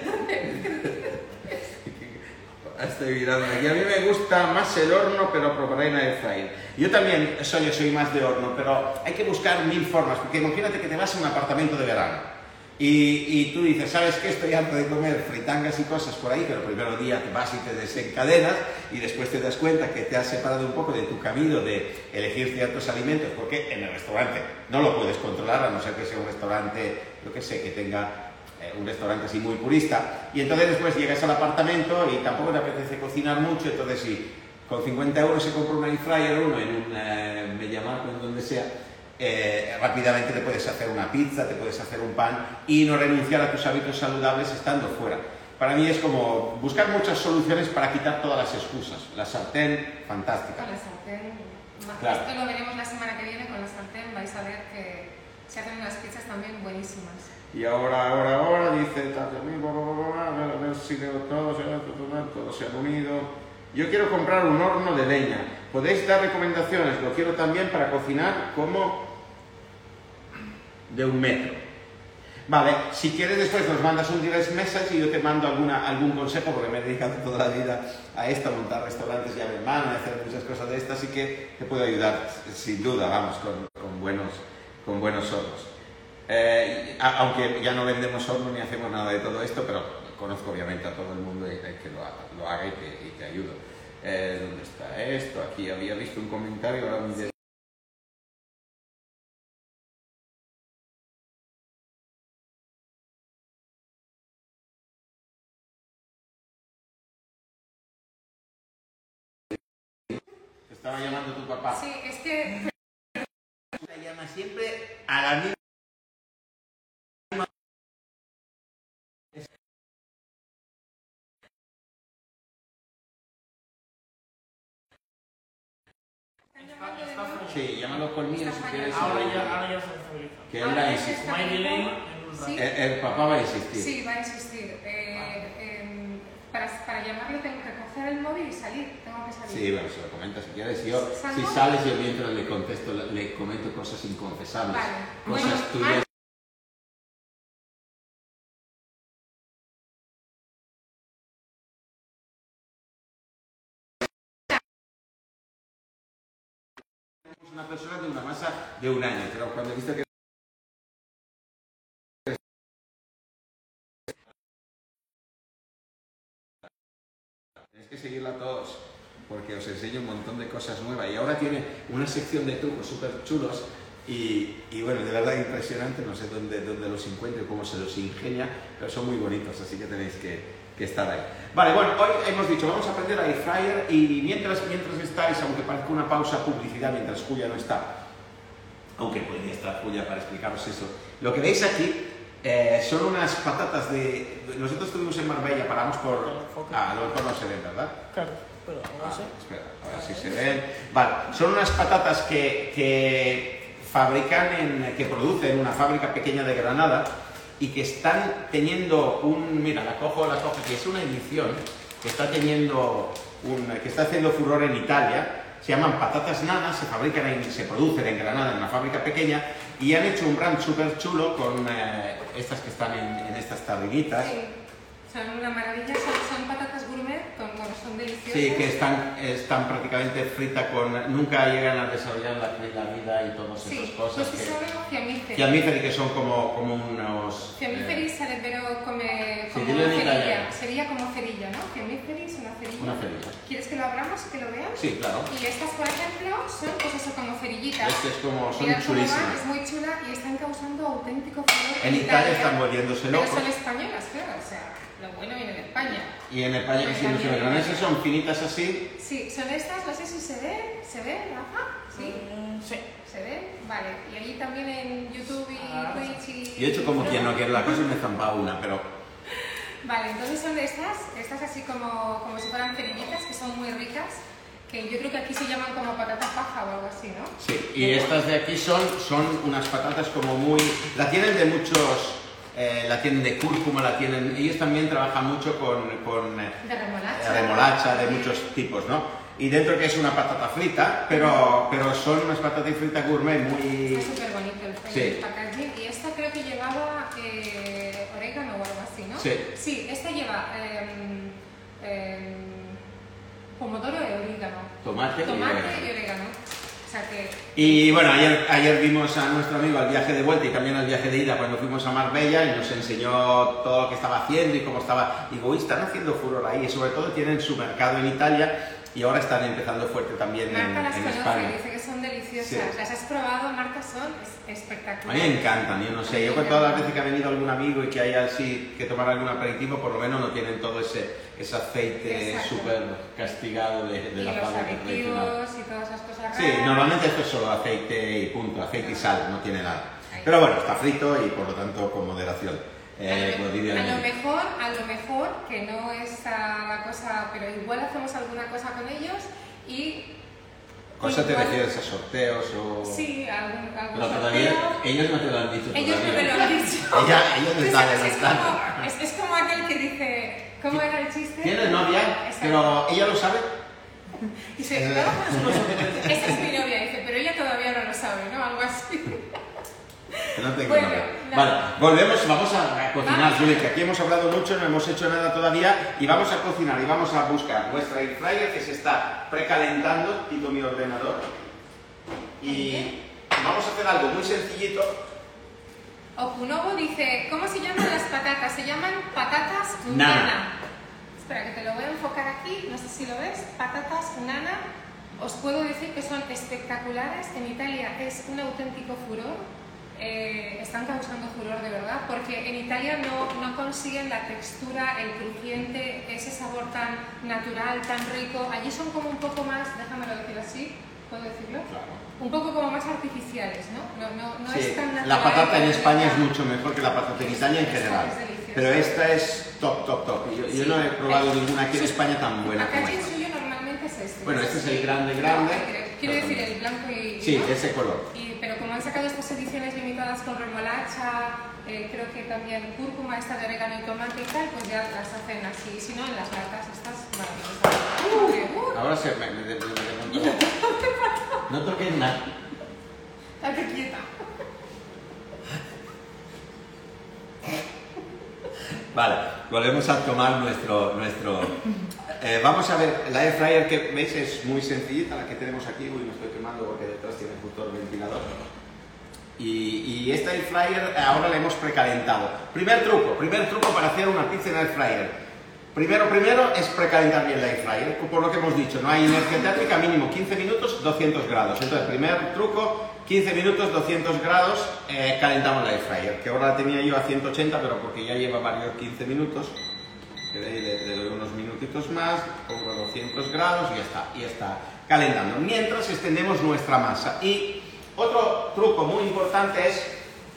Estoy mirando aquí. A mí me gusta más el horno, pero probaré en air fryer. Yo también soy, soy más de horno, pero hay que buscar mil formas, porque imagínate que te vas a un apartamento de verano y, y tú dices, ¿sabes qué? Estoy harto de comer fritangas y cosas por ahí, pero el primer día te vas y te desencadenas y después te das cuenta que te has separado un poco de tu camino de elegir ciertos alimentos, porque en el restaurante no lo puedes controlar, a no ser que sea un restaurante, yo que sé, que tenga un restaurante así muy purista, y entonces después llegas al apartamento y tampoco te apetece cocinar mucho, entonces si con cincuenta euros se compra un air fryer uno en un eh, MediaMarkt o en donde sea, eh, rápidamente te puedes hacer una pizza, te puedes hacer un pan y no renunciar a tus hábitos saludables estando fuera. Para mí es como buscar muchas soluciones para quitar todas las excusas. La sartén, fantástica. Con la sartén, claro. Esto lo veremos la semana que viene con la sartén, vais a ver que se hacen unas pizzas también buenísimas. Y ahora, ahora, ahora, dice, a ver si veo todo, todo se ha unido. Yo quiero comprar un horno de leña. ¿Podéis dar recomendaciones? Lo quiero también para cocinar como de un metro. Vale, si quieres después nos mandas un direct message y yo te mando alguna, algún consejo, porque me he dedicado toda la vida a esto, a montar restaurantes llave en mano, a hacer muchas cosas de estas, así que te puedo ayudar, sin duda, vamos, con, con, buenos, con buenos hornos. Eh, aunque ya no vendemos horno ni hacemos nada de todo esto, pero conozco obviamente a todo el mundo y, y que lo haga, lo haga y, te, y te ayudo. Eh, ¿Dónde está esto? Aquí había visto un comentario, ahora me... Te estaba llamando tu papá. Sí, es que... Se llama siempre a la misma... Sí, llámalo conmigo si quieres. Ahora ya, ahora ya se fabrica. Que él va a insistir. No hay delay en un rato. ¿Sí? El, el papá va a insistir. Sí, va a insistir. Eh, eh, para, para llamarlo tengo que coger el móvil y salir. Tengo que salir. Sí, bueno, se lo comenta si quieres. Yo, ¿Salgo? si sales, yo mientras le contesto, le comento cosas inconfesables. Vale. Cosas Bueno, tuyas. Una persona de una masa de un año, pero cuando he visto que tenéis que seguirla todos porque os enseño un montón de cosas nuevas y ahora tiene una sección de trucos súper chulos y, y bueno, de verdad impresionante, no sé dónde, dónde los encuentro, cómo se los ingenia, pero son muy bonitos, así que tenéis que, que estar ahí. Vale, bueno, hoy hemos dicho, vamos a aprender a air fryer y mientras, mientras estáis, aunque parezca una pausa publicidad mientras Julia no está, aunque podría estar Julia para explicaros eso, lo que veis aquí eh, son unas patatas de... Nosotros estuvimos en Marbella, paramos por... Ah, a lo mejor no se ven, ¿verdad? Claro, pero no Ah, sé. espera, a ver si se ven. Vale, son unas patatas que, que fabrican, en, que producen en una fábrica pequeña de Granada y que están teniendo un... Mira, la cojo, la cojo, que es una edición que está teniendo un... que está haciendo furor en Italia. Se llaman patatas nanas, se fabrican en, se producen en Granada en una fábrica pequeña y han hecho un brand súper chulo con eh, estas que están en, en estas tarriguitas. Sí, son una maravilla, son, son patatas gourmet, con, bueno, son deliciosas. Sí, que están, están prácticamente fritas con... Nunca llegan a desarrollar la, la vida y todas Sí, esas cosas. pues que son fiamiferi. Fiamiferi, que son como, como unos... Fiamiferi eh, sarebbero come, Sí, como dilo en cerilla, italiano. sería como cerilla, ¿no? Fiamiferi es una cerilla. Una cerilla. ¿Quieres que lo abramos y que lo vean? Sí, claro. Y estas, por ejemplo, son pues eso, como cerillitas. Este es como... Son Mirad cómo va, chulísimas. es muy chula y están causando auténtico furor En Italia están volviéndose Pero locos. son españolas, claro, o sea, lo bueno viene de España. Y en España que sí no se ven. Pero esas son finitas así. Sí, son estas, no sé si se ven, ¿se ven, Rafa? ¿Sí? Mm, sí. ¿Se ven? Vale. Y allí también en YouTube y Ah, Twitch y... Yo he hecho como quien no quiere la cosa y me he zampado una, pero... Vale, entonces son de estas, estas así como, como si fueran cerillitas, que son muy ricas, que yo creo que aquí se llaman como patata paja o algo así, ¿no? Sí, y estas de aquí son, son unas patatas como muy... La tienen de muchos... Eh, la tienen de cúrcuma, la tienen... Ellos también trabajan mucho con... con eh, De remolacha. remolacha, de muchos tipos, ¿no? y dentro que es una patata frita, pero, pero son unas patatas fritas gourmet muy... Está súper bonito el, Sí. el packaging. Y esta creo que llevaba eh, orégano o algo así, ¿no? Sí. Sí, esta lleva eh, eh, pomodoro y orégano. Tomate y Tomate orégano. y orégano. O sea que... Y bueno, ayer, ayer vimos a nuestro amigo al viaje de vuelta y también al viaje de ida cuando fuimos a Marbella y nos enseñó todo lo que estaba haciendo y cómo estaba... Digo, uy, están haciendo furor ahí y sobre todo tienen su mercado en Italia y ahora están empezando fuerte también en, Marta las en conoce, España. dice que son deliciosas. Sí. ¿Las has probado, Marta? Son es- A espectaculares. mí me encantan, yo no sé, yo con todas las veces que ha venido algún amigo y que haya así que tomar algún aperitivo, por lo menos no tienen todo ese, ese aceite Exacto. súper castigado de, de Y la los fábrica tradicional. aditivos y todas esas cosas raras. Sí, normalmente esto es solo aceite y punto, aceite y sal, no tiene nada. Pero bueno, está frito y por lo tanto con moderación. Eh, a, lo, cotidianamente. a lo mejor, a lo mejor, que no es ah, la cosa, pero igual hacemos alguna cosa con ellos y... ¿Cosa te igual- refieres a sorteos o...? Sí, algún, algún Pero todavía, sorteo. ellos no te lo han dicho Ellos no todavía. me lo han dicho. Ella, ellos me Tú están sabes, es, adelantando. como, es, es como aquel que dice, ¿cómo era el chiste? ¿Tienes novia? Exacto. Pero ella lo sabe. Dice, no, esa es mi novia, dice, pero ella todavía no lo sabe, ¿no? Algo así. No tengo Bueno, novia. nada. Vale, volvemos, vamos a cocinar, Vamos. Juli, que aquí hemos hablado mucho, no hemos hecho nada todavía y vamos a cocinar y vamos a buscar nuestra air fryer que se está precalentando, quito mi ordenador y vamos a hacer algo muy sencillito. Okunobo dice, ¿cómo se llaman las patatas? Se llaman patatas Nana. nana. Espera, que te lo voy a enfocar aquí, no sé si lo ves. Patatas nana. Os puedo decir que son espectaculares. En Italia es un auténtico furor. Eh, están causando furor de verdad, porque en Italia no, no consiguen la textura, el crujiente, ese sabor tan natural, tan rico. Allí son como un poco más, déjamelo decir así, ¿puedo decirlo? Claro. Un poco como más artificiales, ¿no? No, no, no Sí, es tan natural. la patata en como España es acá. mucho mejor que la patata en Italia en Esta general. es deliciosa. Pero esta es top, top, top. Yo, yo Sí. no he probado El- ninguna aquí en España tan buena como Acá el esta. suyo normalmente es este. Bueno, este es el grande, No, grande. quiero decir el blanco y... Sí, ¿no? de ese color. Y, pero como han sacado estas ediciones limitadas con remolacha, eh, creo que también cúrcuma, esta de orégano y tomate y tal, pues ya las hacen así. Si no, en las latas estas maravillosas. Uh, Ahora se me, me, me, me, me- No toques nada. Date quieta. Vale, volvemos a tomar nuestro... nuestro eh, vamos a ver, la air fryer que veis es muy sencillita, la que tenemos aquí. Uy, me estoy quemando porque detrás tiene justo el ventilador. Y, y esta air fryer ahora la hemos precalentado. Primer truco, primer truco para hacer una pizza en air fryer. Primero, primero es precalentar bien la air fryer, por lo que hemos dicho, no hay energía térmica, mínimo quince minutos, doscientos grados. Entonces, primer truco, quince minutos, doscientos grados, eh, calentamos la air fryer, que ahora la tenía yo a ciento ochenta, pero porque ya lleva varios quince minutos, que de ahí le, le doy unos minutitos más, pongo a doscientos grados y ya está, y está calentando. Mientras extendemos nuestra masa. Y otro truco muy importante es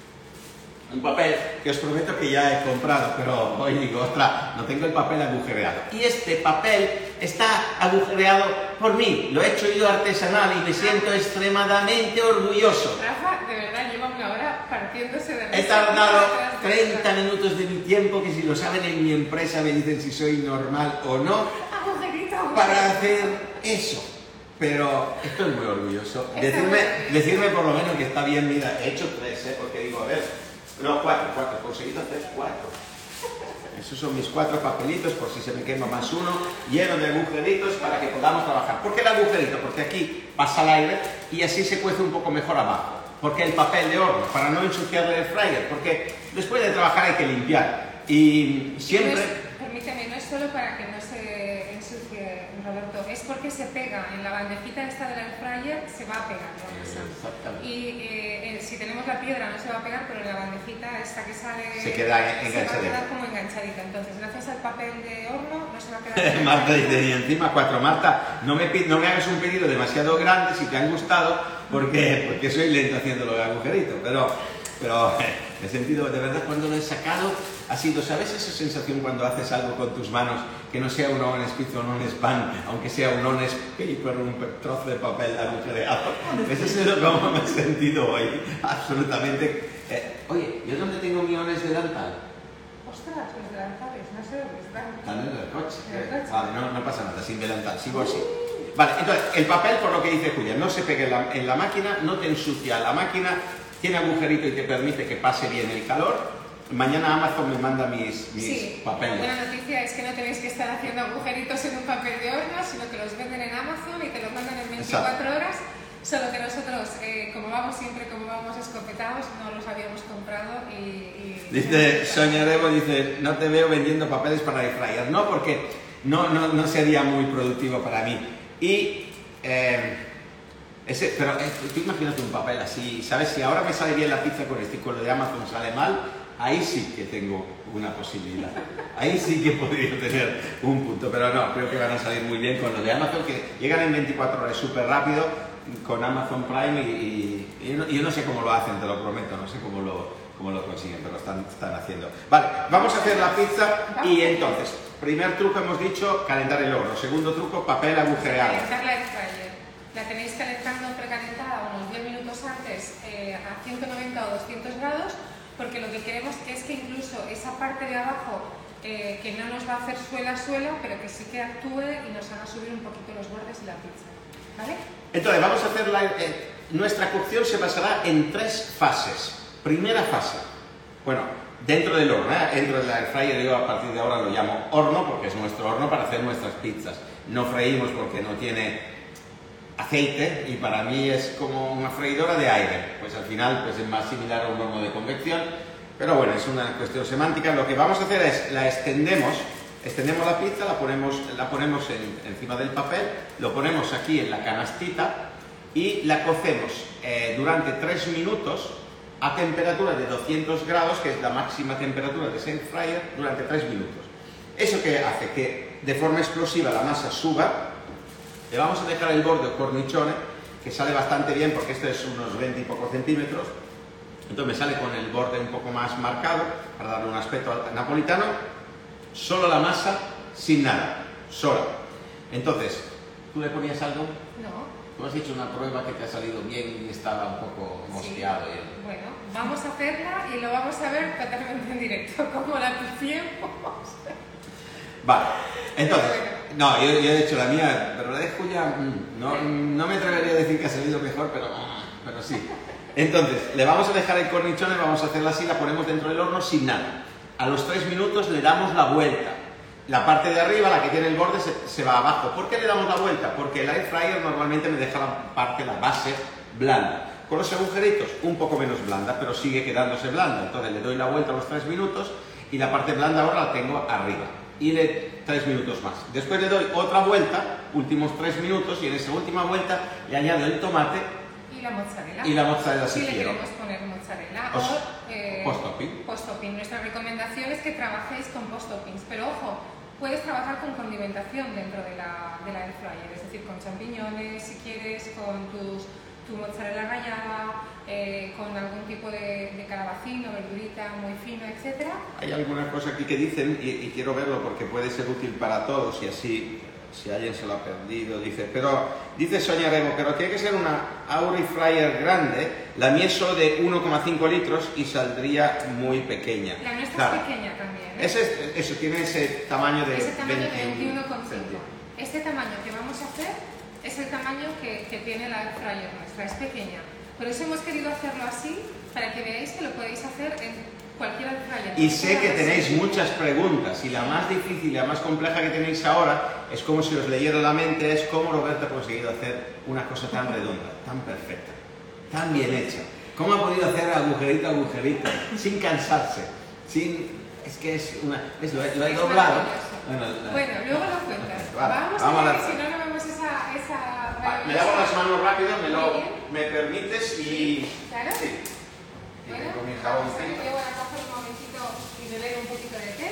un papel que os prometo que ya he comprado, pero hoy digo, ostras, no tengo el papel agujereado. Y este papel está agujereado por mí, lo he hecho yo artesanal y me siento extremadamente orgulloso. Rafa, de verdad, lleva una hora partiéndose de risa. He tardado Detrás de treinta otra. minutos de mi tiempo, que si lo saben en mi empresa me dicen si soy normal o no, Agujerito, agujerito. para hacer eso. Pero estoy muy orgulloso. Está Decirme, muy bien. decirme por lo menos que está bien, mira, he hecho tres, ¿eh? Porque digo, a ver, no, cuatro, cuatro, he conseguido hacer cuatro. Esos son mis cuatro papelitos, por si se me quema más uno, lleno de agujeritos para que podamos trabajar. ¿Por qué el agujerito? Porque aquí pasa el aire y así se cuece un poco mejor abajo. Porque el papel de horno, para no ensuciar el fryer, porque después de trabajar hay que limpiar. Y siempre... No es- permíteme, no es solo para que no se ensucie, Roberto, es porque se pega en la bandejita esta del air fryer, se va a pegar la masa. Exactamente. Y eh, eh, si tenemos la piedra no se va a pegar, pero en la bandejita esta que sale Se queda se va a enganchadita. quedar como enganchadita. Entonces, gracias al papel de horno no se va a quedar. Marta dice, y encima cuatro. Marta, no me, pi- no me hagas un pedido demasiado grande si te han gustado, porque, porque soy lento haciéndolo de agujerito, pero, pero he sentido, de verdad, cuando lo he sacado, ha sido, ¿sabes esa sensación cuando haces algo con tus manos, que no sea un honest pizza, un honest pan, aunque sea un honest paper, un pe- trozo de papel agujereado? Ese es lo como me he sentido hoy, absolutamente. Eh, oye, ¿yo dónde tengo mi honest delantal? Ostras, los delantales, no sé dónde están. Están en el coche. En el coche. Vale, no, no pasa nada, sin delantal, sigo así. Vale, entonces, el papel, por lo que dice Julia, no se pegue en la, en la máquina, no te ensucia la máquina, tiene agujerito y te permite que pase bien el calor. Mañana Amazon me manda mis, mis sí, papeles. La buena noticia es que no tenéis que estar haciendo agujeritos en un papel de horno, sino que los venden en Amazon y te los mandan en veinticuatro Exacto. horas. Solo que nosotros, eh, como vamos siempre, como vamos escopetados, no los habíamos comprado y... y dice Sonia Rebo, dice, no te veo vendiendo papeles para air fryer. No, porque no, no, no sería muy productivo para mí. Y... Eh, ese, pero eh, tú imagínate un papel así, ¿sabes? Si ahora me sale bien la pizza con este, con lo de Amazon sale mal, ahí sí que tengo una posibilidad. Ahí sí que podría tener un punto, pero no, creo que van a salir muy bien con lo de Amazon, que llegan en veinticuatro horas súper rápido con Amazon Prime y, y, y yo, no, yo no sé cómo lo hacen, te lo prometo, no sé cómo lo, cómo lo consiguen, pero están, están haciendo. Vale, vamos a hacer la pizza y entonces, primer truco hemos dicho, calentar el horno. Segundo truco, papel agujereado. Calentar la air fryer. La tenéis calentando precalentada unos diez minutos antes eh, a ciento noventa o doscientos grados, porque lo que queremos es que incluso esa parte de abajo eh, que no nos va a hacer suela suela, pero que sí que actúe y nos haga subir un poquito los bordes y la pizza, ¿vale? Entonces vamos a hacer la, eh, nuestra cocción se basará en tres fases. Primera fase, bueno, dentro del horno, ¿eh? Dentro del air fryer, yo a partir de ahora lo llamo horno porque es nuestro horno para hacer nuestras pizzas. No freímos porque no tiene aceite y para mí es como una freidora de aire, pues al final pues es más similar a un horno de convección, pero bueno, es una cuestión semántica. Lo que vamos a hacer es, la extendemos, extendemos la pizza, la ponemos, la ponemos en, encima del papel, lo ponemos aquí en la canastita y la cocemos eh, durante tres minutos a temperatura de doscientos grados, que es la máxima temperatura de ese air fryer, durante tres minutos. ¿Eso que hace? Que de forma explosiva la masa suba. Le vamos a dejar el borde o cornichone, que sale bastante bien porque este es unos veinte y pocos centímetros. Entonces me sale con el borde un poco más marcado para darle un aspecto napolitano. Solo la masa, sin nada, sola. Entonces, ¿tú le ponías algo? No. Tú has hecho una prueba que te ha salido bien y estaba un poco mosqueado. Sí. Y... Bueno, vamos a hacerla y lo vamos a ver totalmente en directo, como la pifiemos. Vale, entonces, no, yo, yo he hecho la mía, pero la de Julia, no, no me atrevería a decir que ha salido mejor, pero, pero sí. Entonces, le vamos a dejar el cornichone, vamos a hacerla así, la ponemos dentro del horno sin nada. A los tres minutos le damos la vuelta. La parte de arriba, la que tiene el borde, se, se va abajo. ¿Por qué le damos la vuelta? Porque el air fryer normalmente me deja la parte, la base, blanda. Con los agujeritos, un poco menos blanda, pero sigue quedándose blanda. Entonces le doy la vuelta a los tres minutos y la parte blanda ahora la tengo arriba. Y le tres minutos más. Después le doy otra vuelta, últimos tres minutos, y en esa última vuelta le añado el tomate y la mozzarella. Y la mozzarella si, si quiero. Le queremos poner mozzarella Os, o eh, post-topping. Post-topping. Nuestra recomendación es que trabajéis con post-toppings, pero ojo, puedes trabajar con condimentación dentro de la, de la air fryer, es decir, con champiñones, si quieres, con tus, tu mozzarella rallada, eh, con algún tipo de, de calabacín o verdurita muy fino, etcétera. Hay alguna cosa aquí que dicen, y, y quiero verlo porque puede ser útil para todos, y así, si alguien se lo ha perdido, dice, pero, dice Sonia Rebo, pero tiene que ser una Auri Fryer grande, la mía es solo de uno coma cinco litros y saldría muy pequeña. La nuestra claro. Es pequeña también, ¿eh? Ese, eso tiene ese tamaño de ese tamaño de veintiuno coma cinco. Este tamaño que vamos a hacer es el tamaño que, que tiene la Air Fryer nuestra, es pequeña. Por eso hemos querido hacerlo así, para que veáis que lo podéis hacer en cualquier Air Fryer. Y sé que tenéis muchas preguntas, y la más difícil y la más compleja que tenéis ahora es como si os leyera la mente, es cómo Roberto ha conseguido hacer una cosa tan redonda, tan perfecta, tan bien hecha. ¿Cómo ha podido hacer agujerito a agujerito, sin cansarse? Sin... Es que es una... Es lo, lo he doblado. Bueno, la... bueno, luego lo cuentas. Vale, vamos, vamos a ver, a la... si no, no vemos esa... esa... Vale, me lavo las manos rápido, me lo me permites y... ¿Claro? Sí. Y bueno, con mi jabón. Yo voy a coger un momentito y beber un poquito de té.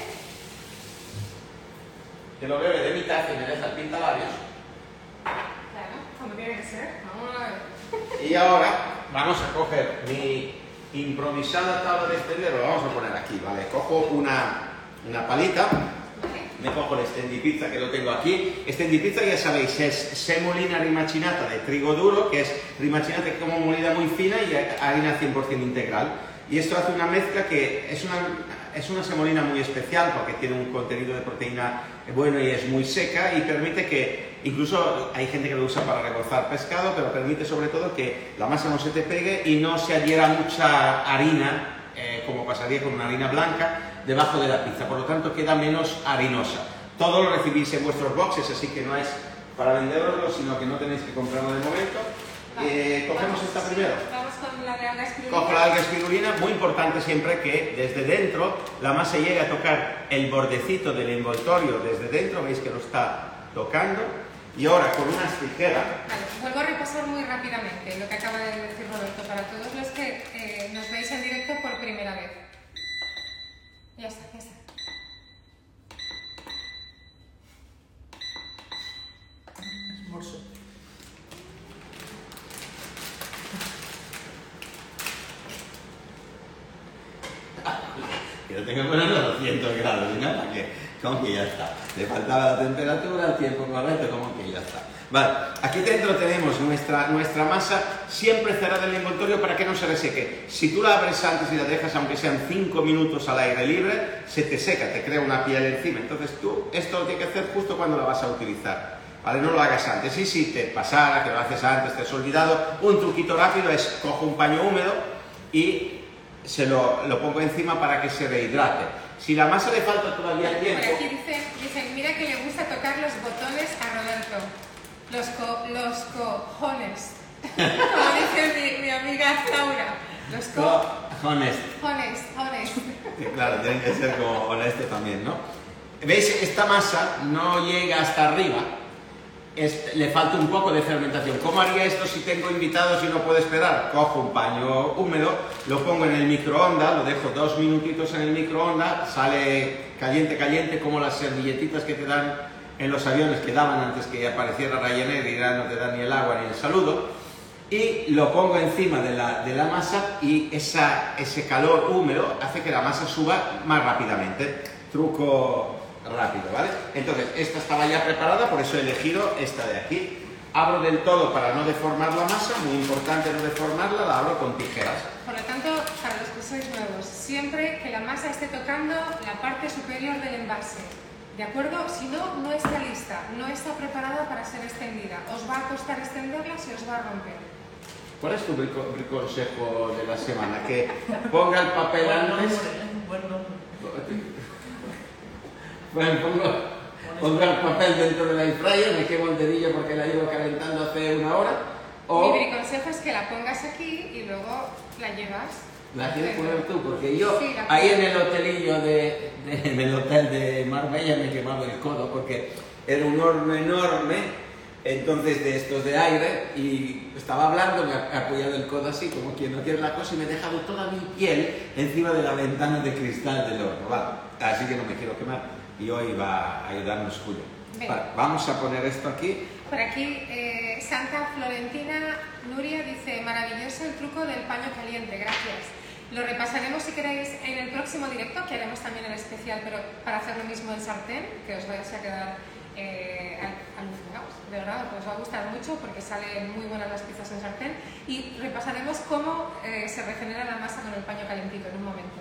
Que lo bebe de mi taza y me deja el pintalabios. Claro, como tiene que ser. Vamos a ver. Y ahora vamos a coger mi improvisada tabla de extender, lo vamos a poner aquí, ¿vale? Cojo una, una palita, me cojo el stendipizza que lo tengo aquí. Stendipizza, ya sabéis, es semolina rimacinata de trigo duro, que es rimacinata como molida muy fina y harina cien por cien integral. Y esto hace una mezcla que es una, es una semolina muy especial porque tiene un contenido de proteína bueno y es muy seca y permite que incluso hay gente que lo usa para rebozar pescado, pero permite sobre todo que la masa no se te pegue y no se adhiera mucha harina, eh, como pasaría con una harina blanca, debajo de la pizza, por lo tanto queda menos harinosa. Todo lo recibís en vuestros boxes, así que no es para venderoslo, sino que no tenéis que comprarlo de momento. Eh, cogemos esta primero. Vamos con la de alga espirulina. Cojo la alga espirulina, muy importante siempre que desde dentro la masa llegue a tocar el bordecito del envoltorio desde dentro, veis que lo está tocando. Y ahora con unas tijeras. Vale, vuelvo a repasar muy rápidamente lo que acaba de decir Roberto para todos los que eh, nos veis en directo por primera vez. Ya está, ya está. Esmorzo. Que lo tengo que poner a doscientos grados, ¿no? Para que, como que ya está. Le faltaba la temperatura, el tiempo correcto, como que ya está. Vale, aquí dentro tenemos nuestra, nuestra masa siempre cerrada el envoltorio para que no se reseque. Si tú la abres antes y la dejas, aunque sean cinco minutos al aire libre, se te seca, te crea una piel encima. Entonces tú esto lo tienes que hacer justo cuando la vas a utilizar. ¿Vale? No lo hagas antes. Y si te pasara, que lo haces antes, te has olvidado, un truquito rápido es cojo un paño húmedo y se lo, lo pongo encima para que se rehidrate. Si la masa le falta todavía tiempo... Por aquí dicen, dicen, mira que le gusta tocar los botones a Roberto. Los, co, los cojones. Como dice mi, mi amiga Laura. Los co... Honest. Honest, honest. Que claro, tienen que ser como honesto también, ¿no? ¿Veis? Esta masa no llega hasta arriba. Es, le falta un poco de fermentación. ¿Cómo haría esto si tengo invitados y no puedo esperar? Cojo un paño húmedo, lo pongo en el microondas, lo dejo dos minutitos en el microondas, sale caliente, caliente, como las servilletitas que te dan en los aviones que daban antes que apareciera Ryanair y ya no te dan ni el agua ni el saludo, y lo pongo encima de la, de la masa y esa, ese calor húmedo hace que la masa suba más rápidamente. Truco rápido, ¿vale? Entonces, esta estaba ya preparada, por eso he elegido esta de aquí. Abro del todo para no deformar la masa, muy importante no deformarla, la abro con tijeras. Por lo tanto, para los que sois nuevos, siempre que la masa esté tocando la parte superior del envase, ¿de acuerdo? Si no, no está lista, no está preparada para ser extendida. Os va a costar extenderla, se os va a romper. ¿Cuál es tu brico- consejo de la semana? Que ponga el papel antes... Bueno, pongo, pongo el papel dentro del air fryer, me quemo el dedillo porque la llevo calentando hace una hora. O Mi consejo es que la pongas aquí y luego la llevas. la quieres poner tú, porque yo Sí, la ahí pongo. en el hotelillo de, de- en el hotel de Marbella me he quemado el codo porque era un horno enorme, entonces de estos de aire, y estaba hablando, me he apoyado el codo así como quien no quiere la cosa y me he dejado toda mi piel encima de la ventana de cristal del horno, ¿vale? Así que no me quiero quemar. Y hoy va a ayudarnos Julio. Vale, vamos a poner esto aquí. Por aquí, eh, Santa Florentina Nuria dice, maravilloso el truco del paño caliente, gracias. Lo repasaremos si queréis en el próximo directo, que haremos también el especial, pero para hacer lo mismo en sartén, que os vais a quedar eh, alucinados, de verdad, que os va a gustar mucho porque salen muy buenas las pizzas en sartén, y repasaremos cómo eh, se regenera la masa con el paño calentito en un momento.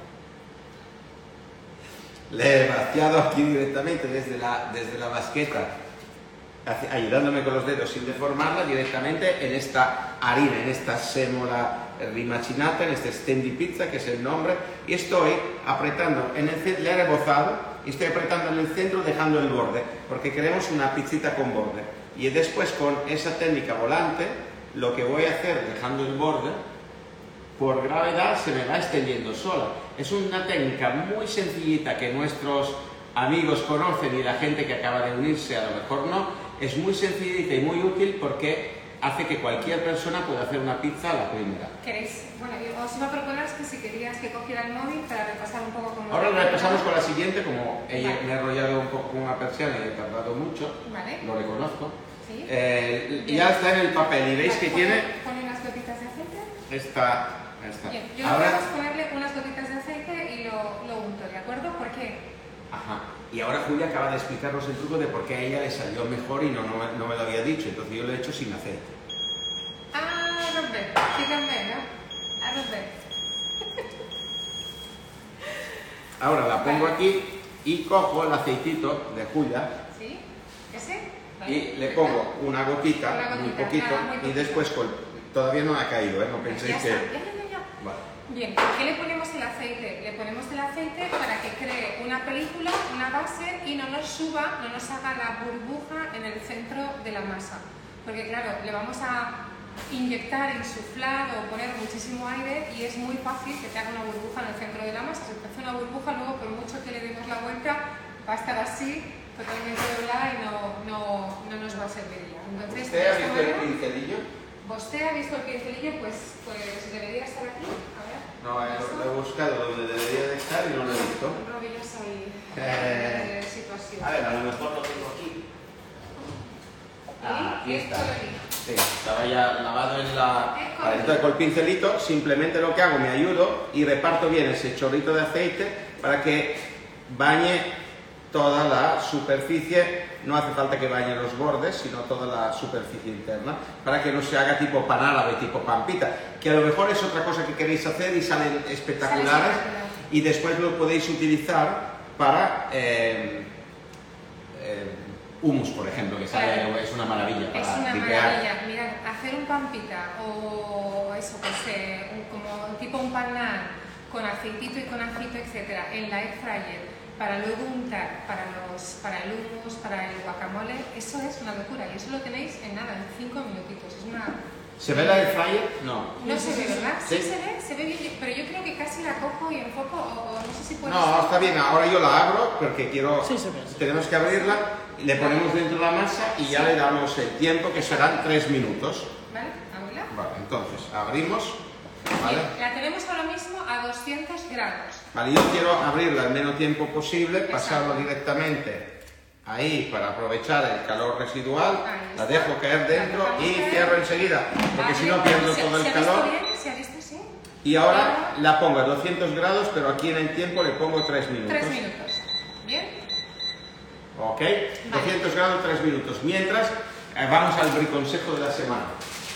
Le he vaciado aquí directamente desde la, desde la basqueta, hace- ayudándome con los dedos sin deformarla, directamente en esta harina, en esta semola rimacinata, en este stendi pizza, que es el nombre, y estoy apretando, en el centro, le he rebozado, y estoy apretando en el centro dejando el borde, porque queremos una pizzita con borde. Y después con esa técnica volante, lo que voy a hacer dejando el borde, por gravedad se me va extendiendo sola. Es una técnica muy sencillita que nuestros amigos conocen y la gente que acaba de unirse a lo mejor no. Es muy sencillita y muy útil porque hace que cualquier persona pueda hacer una pizza a la primera. ¿Queréis? Bueno, yo os iba a proponer que si querías que cogiera el móvil para repasar un poco con Ahora lo repasamos con la siguiente, como he- Vale. me he enrollado un poco con una persiana y he tardado mucho, Vale. lo reconozco. Sí. Eh, ya está en el papel y veis que Pone- tiene Pone unas gotitas de aceite. esta... esta. Bien, yo lo que Ahora... hago es ponerle unas gotitas de aceite y lo, lo unto, ¿de acuerdo? ¿Por qué? Ajá. Y ahora Julia acaba de explicarnos el truco de por qué a ella le salió mejor y no, no, me- no me lo había dicho. Entonces yo lo he hecho sin aceite. Ah, Robert, síganme, ¿no? A Robert. Ahora la pongo Vale. aquí y cojo el aceitito de Julia. ¿Sí? ¿Ese? ¿vale? y le pongo una gotita, Una gotita, muy poquito, nada, muy y poquito. después con... todavía no ha caído, ¿eh? No penséis Ya que... está, ya, ya, ya, ya. Vale. Bien, ¿por qué le ponemos el aceite? Le ponemos el aceite para que cree una película, una base y no nos suba, no nos haga la burbuja en el centro de la masa. Porque claro, le vamos a inyectar, insuflar o poner muchísimo aire y es muy fácil que te haga una burbuja en el centro de la masa. Si te hace una burbuja, luego por mucho que le demos la vuelta, va a estar así, totalmente doblada y no, no, no nos va a servir ya. Entonces, ¿Usted ha de esta visto el manera, pincelillo? ¿usted ha visto el pincelillo? Pues, pues debería estar aquí. A ver. No, eh, lo he buscado donde debería de estar y no lo he visto. Un robilloso ahí Eh, de situación. A ver, a lo mejor lo tengo aquí. Ah, aquí Y está. esto aquí. Sí, estaba ya lavado en la... Es Vale, entonces con el pincelito simplemente lo que hago, me ayudo y reparto bien ese chorrito de aceite para que bañe toda la superficie, no hace falta que bañe los bordes, sino toda la superficie interna, para que no se haga tipo pan árabe, tipo pampita, que a lo mejor es otra cosa que queréis hacer y salen espectaculares Sale espectacular. y después lo podéis utilizar para... Eh, eh, hummus, por ejemplo, que sale, Claro. es una maravilla para Es una tripear. maravilla. Mirad, hacer un pampita o eso, pues eh, un- como tipo un pan naan con aceitito y con ajito, etcétera, en la air fryer para luego untar para, los, para el hummus, para el guacamole, eso es una locura y eso lo tenéis en nada, en cinco minutitos. Es una... ¿Se ve la air fryer? No. No se ve, ¿verdad? Sí, Sí. se ve, se ve bien, pero yo creo que casi la cojo y enfoco o, o no sé si puedo... No, está bien, ahora yo la abro porque quiero... Sí, se ve. Tenemos que abrirla, le ponemos dentro la masa y ya le damos el tiempo, que serán tres minutos. ¿Vale? ¿Abrirla? Vale, entonces, abrimos, ¿vale? Bien, la tenemos ahora mismo a doscientos grados. Vale, yo quiero abrirla el menos tiempo posible, pasarlo Exacto. directamente ahí para aprovechar el calor residual, Ahí la está. dejo caer dentro La dejamos y caer. cierro enseguida, porque Vale, si no pierdo ¿se- todo ¿se el ha visto calor. bien? ¿Se ha visto? Sí. Y ahora la pongo a doscientos grados, pero aquí en el tiempo le pongo tres minutos. Tres minutos. ¿Bien? Ok, doscientos grados, tres minutos. Mientras, eh, vamos al briconsejo de la semana.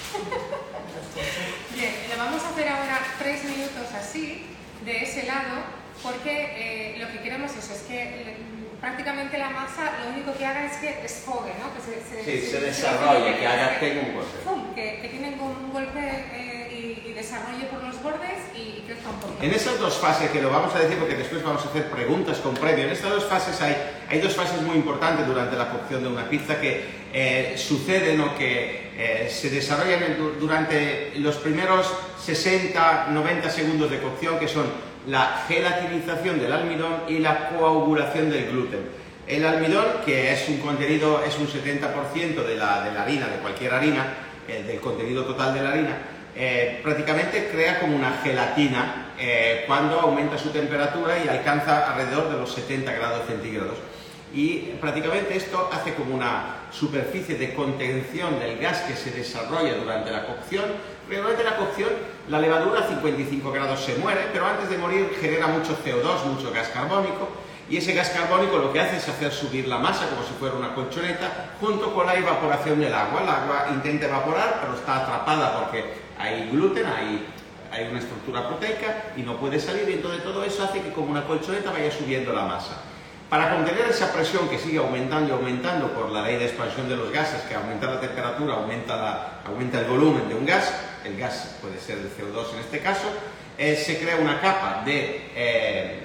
Bien, lo vamos a hacer ahora tres minutos así, de ese lado, porque eh, lo que queremos eso, es que eh, prácticamente la masa lo único que haga es que desfogue, ¿no? Que se, se, Sí, se desarrolle, que haga que, tenga un golpe. ¡pum! que, que tienen como un golpe eh, y, y desarrolle por los bordes y, y crezca un poquito. En esas dos fases, que lo vamos a decir porque después vamos a hacer preguntas con premio, en estas dos fases hay, hay dos fases muy importantes durante la cocción de una pizza que eh, suceden o que eh, se desarrollan en- durante los primeros sesenta noventa segundos de cocción, que son la gelatinización del almidón y la coagulación del gluten. El almidón, que es un contenido, es un setenta por ciento de la, de la harina, de cualquier harina, eh, del contenido total de la harina, eh, prácticamente crea como una gelatina eh, cuando aumenta su temperatura y alcanza alrededor de los setenta grados centígrados. Y prácticamente esto hace como una superficie de contención del gas que se desarrolla durante la cocción. Durante la cocción la levadura a cincuenta y cinco grados se muere, pero antes de morir genera mucho C O dos, mucho gas carbónico, y ese gas carbónico lo que hace es hacer subir la masa como si fuera una colchoneta junto con la evaporación del agua. El agua intenta evaporar, pero está atrapada porque hay gluten, hay, hay una estructura proteica y no puede salir, y entonces todo eso hace que como una colchoneta vaya subiendo la masa. Para contener esa presión que sigue aumentando y aumentando por la ley de expansión de los gases, que aumenta la temperatura, aumenta, la, aumenta el volumen de un gas, el gas puede ser el C O dos en este caso, eh, se crea una capa de, eh,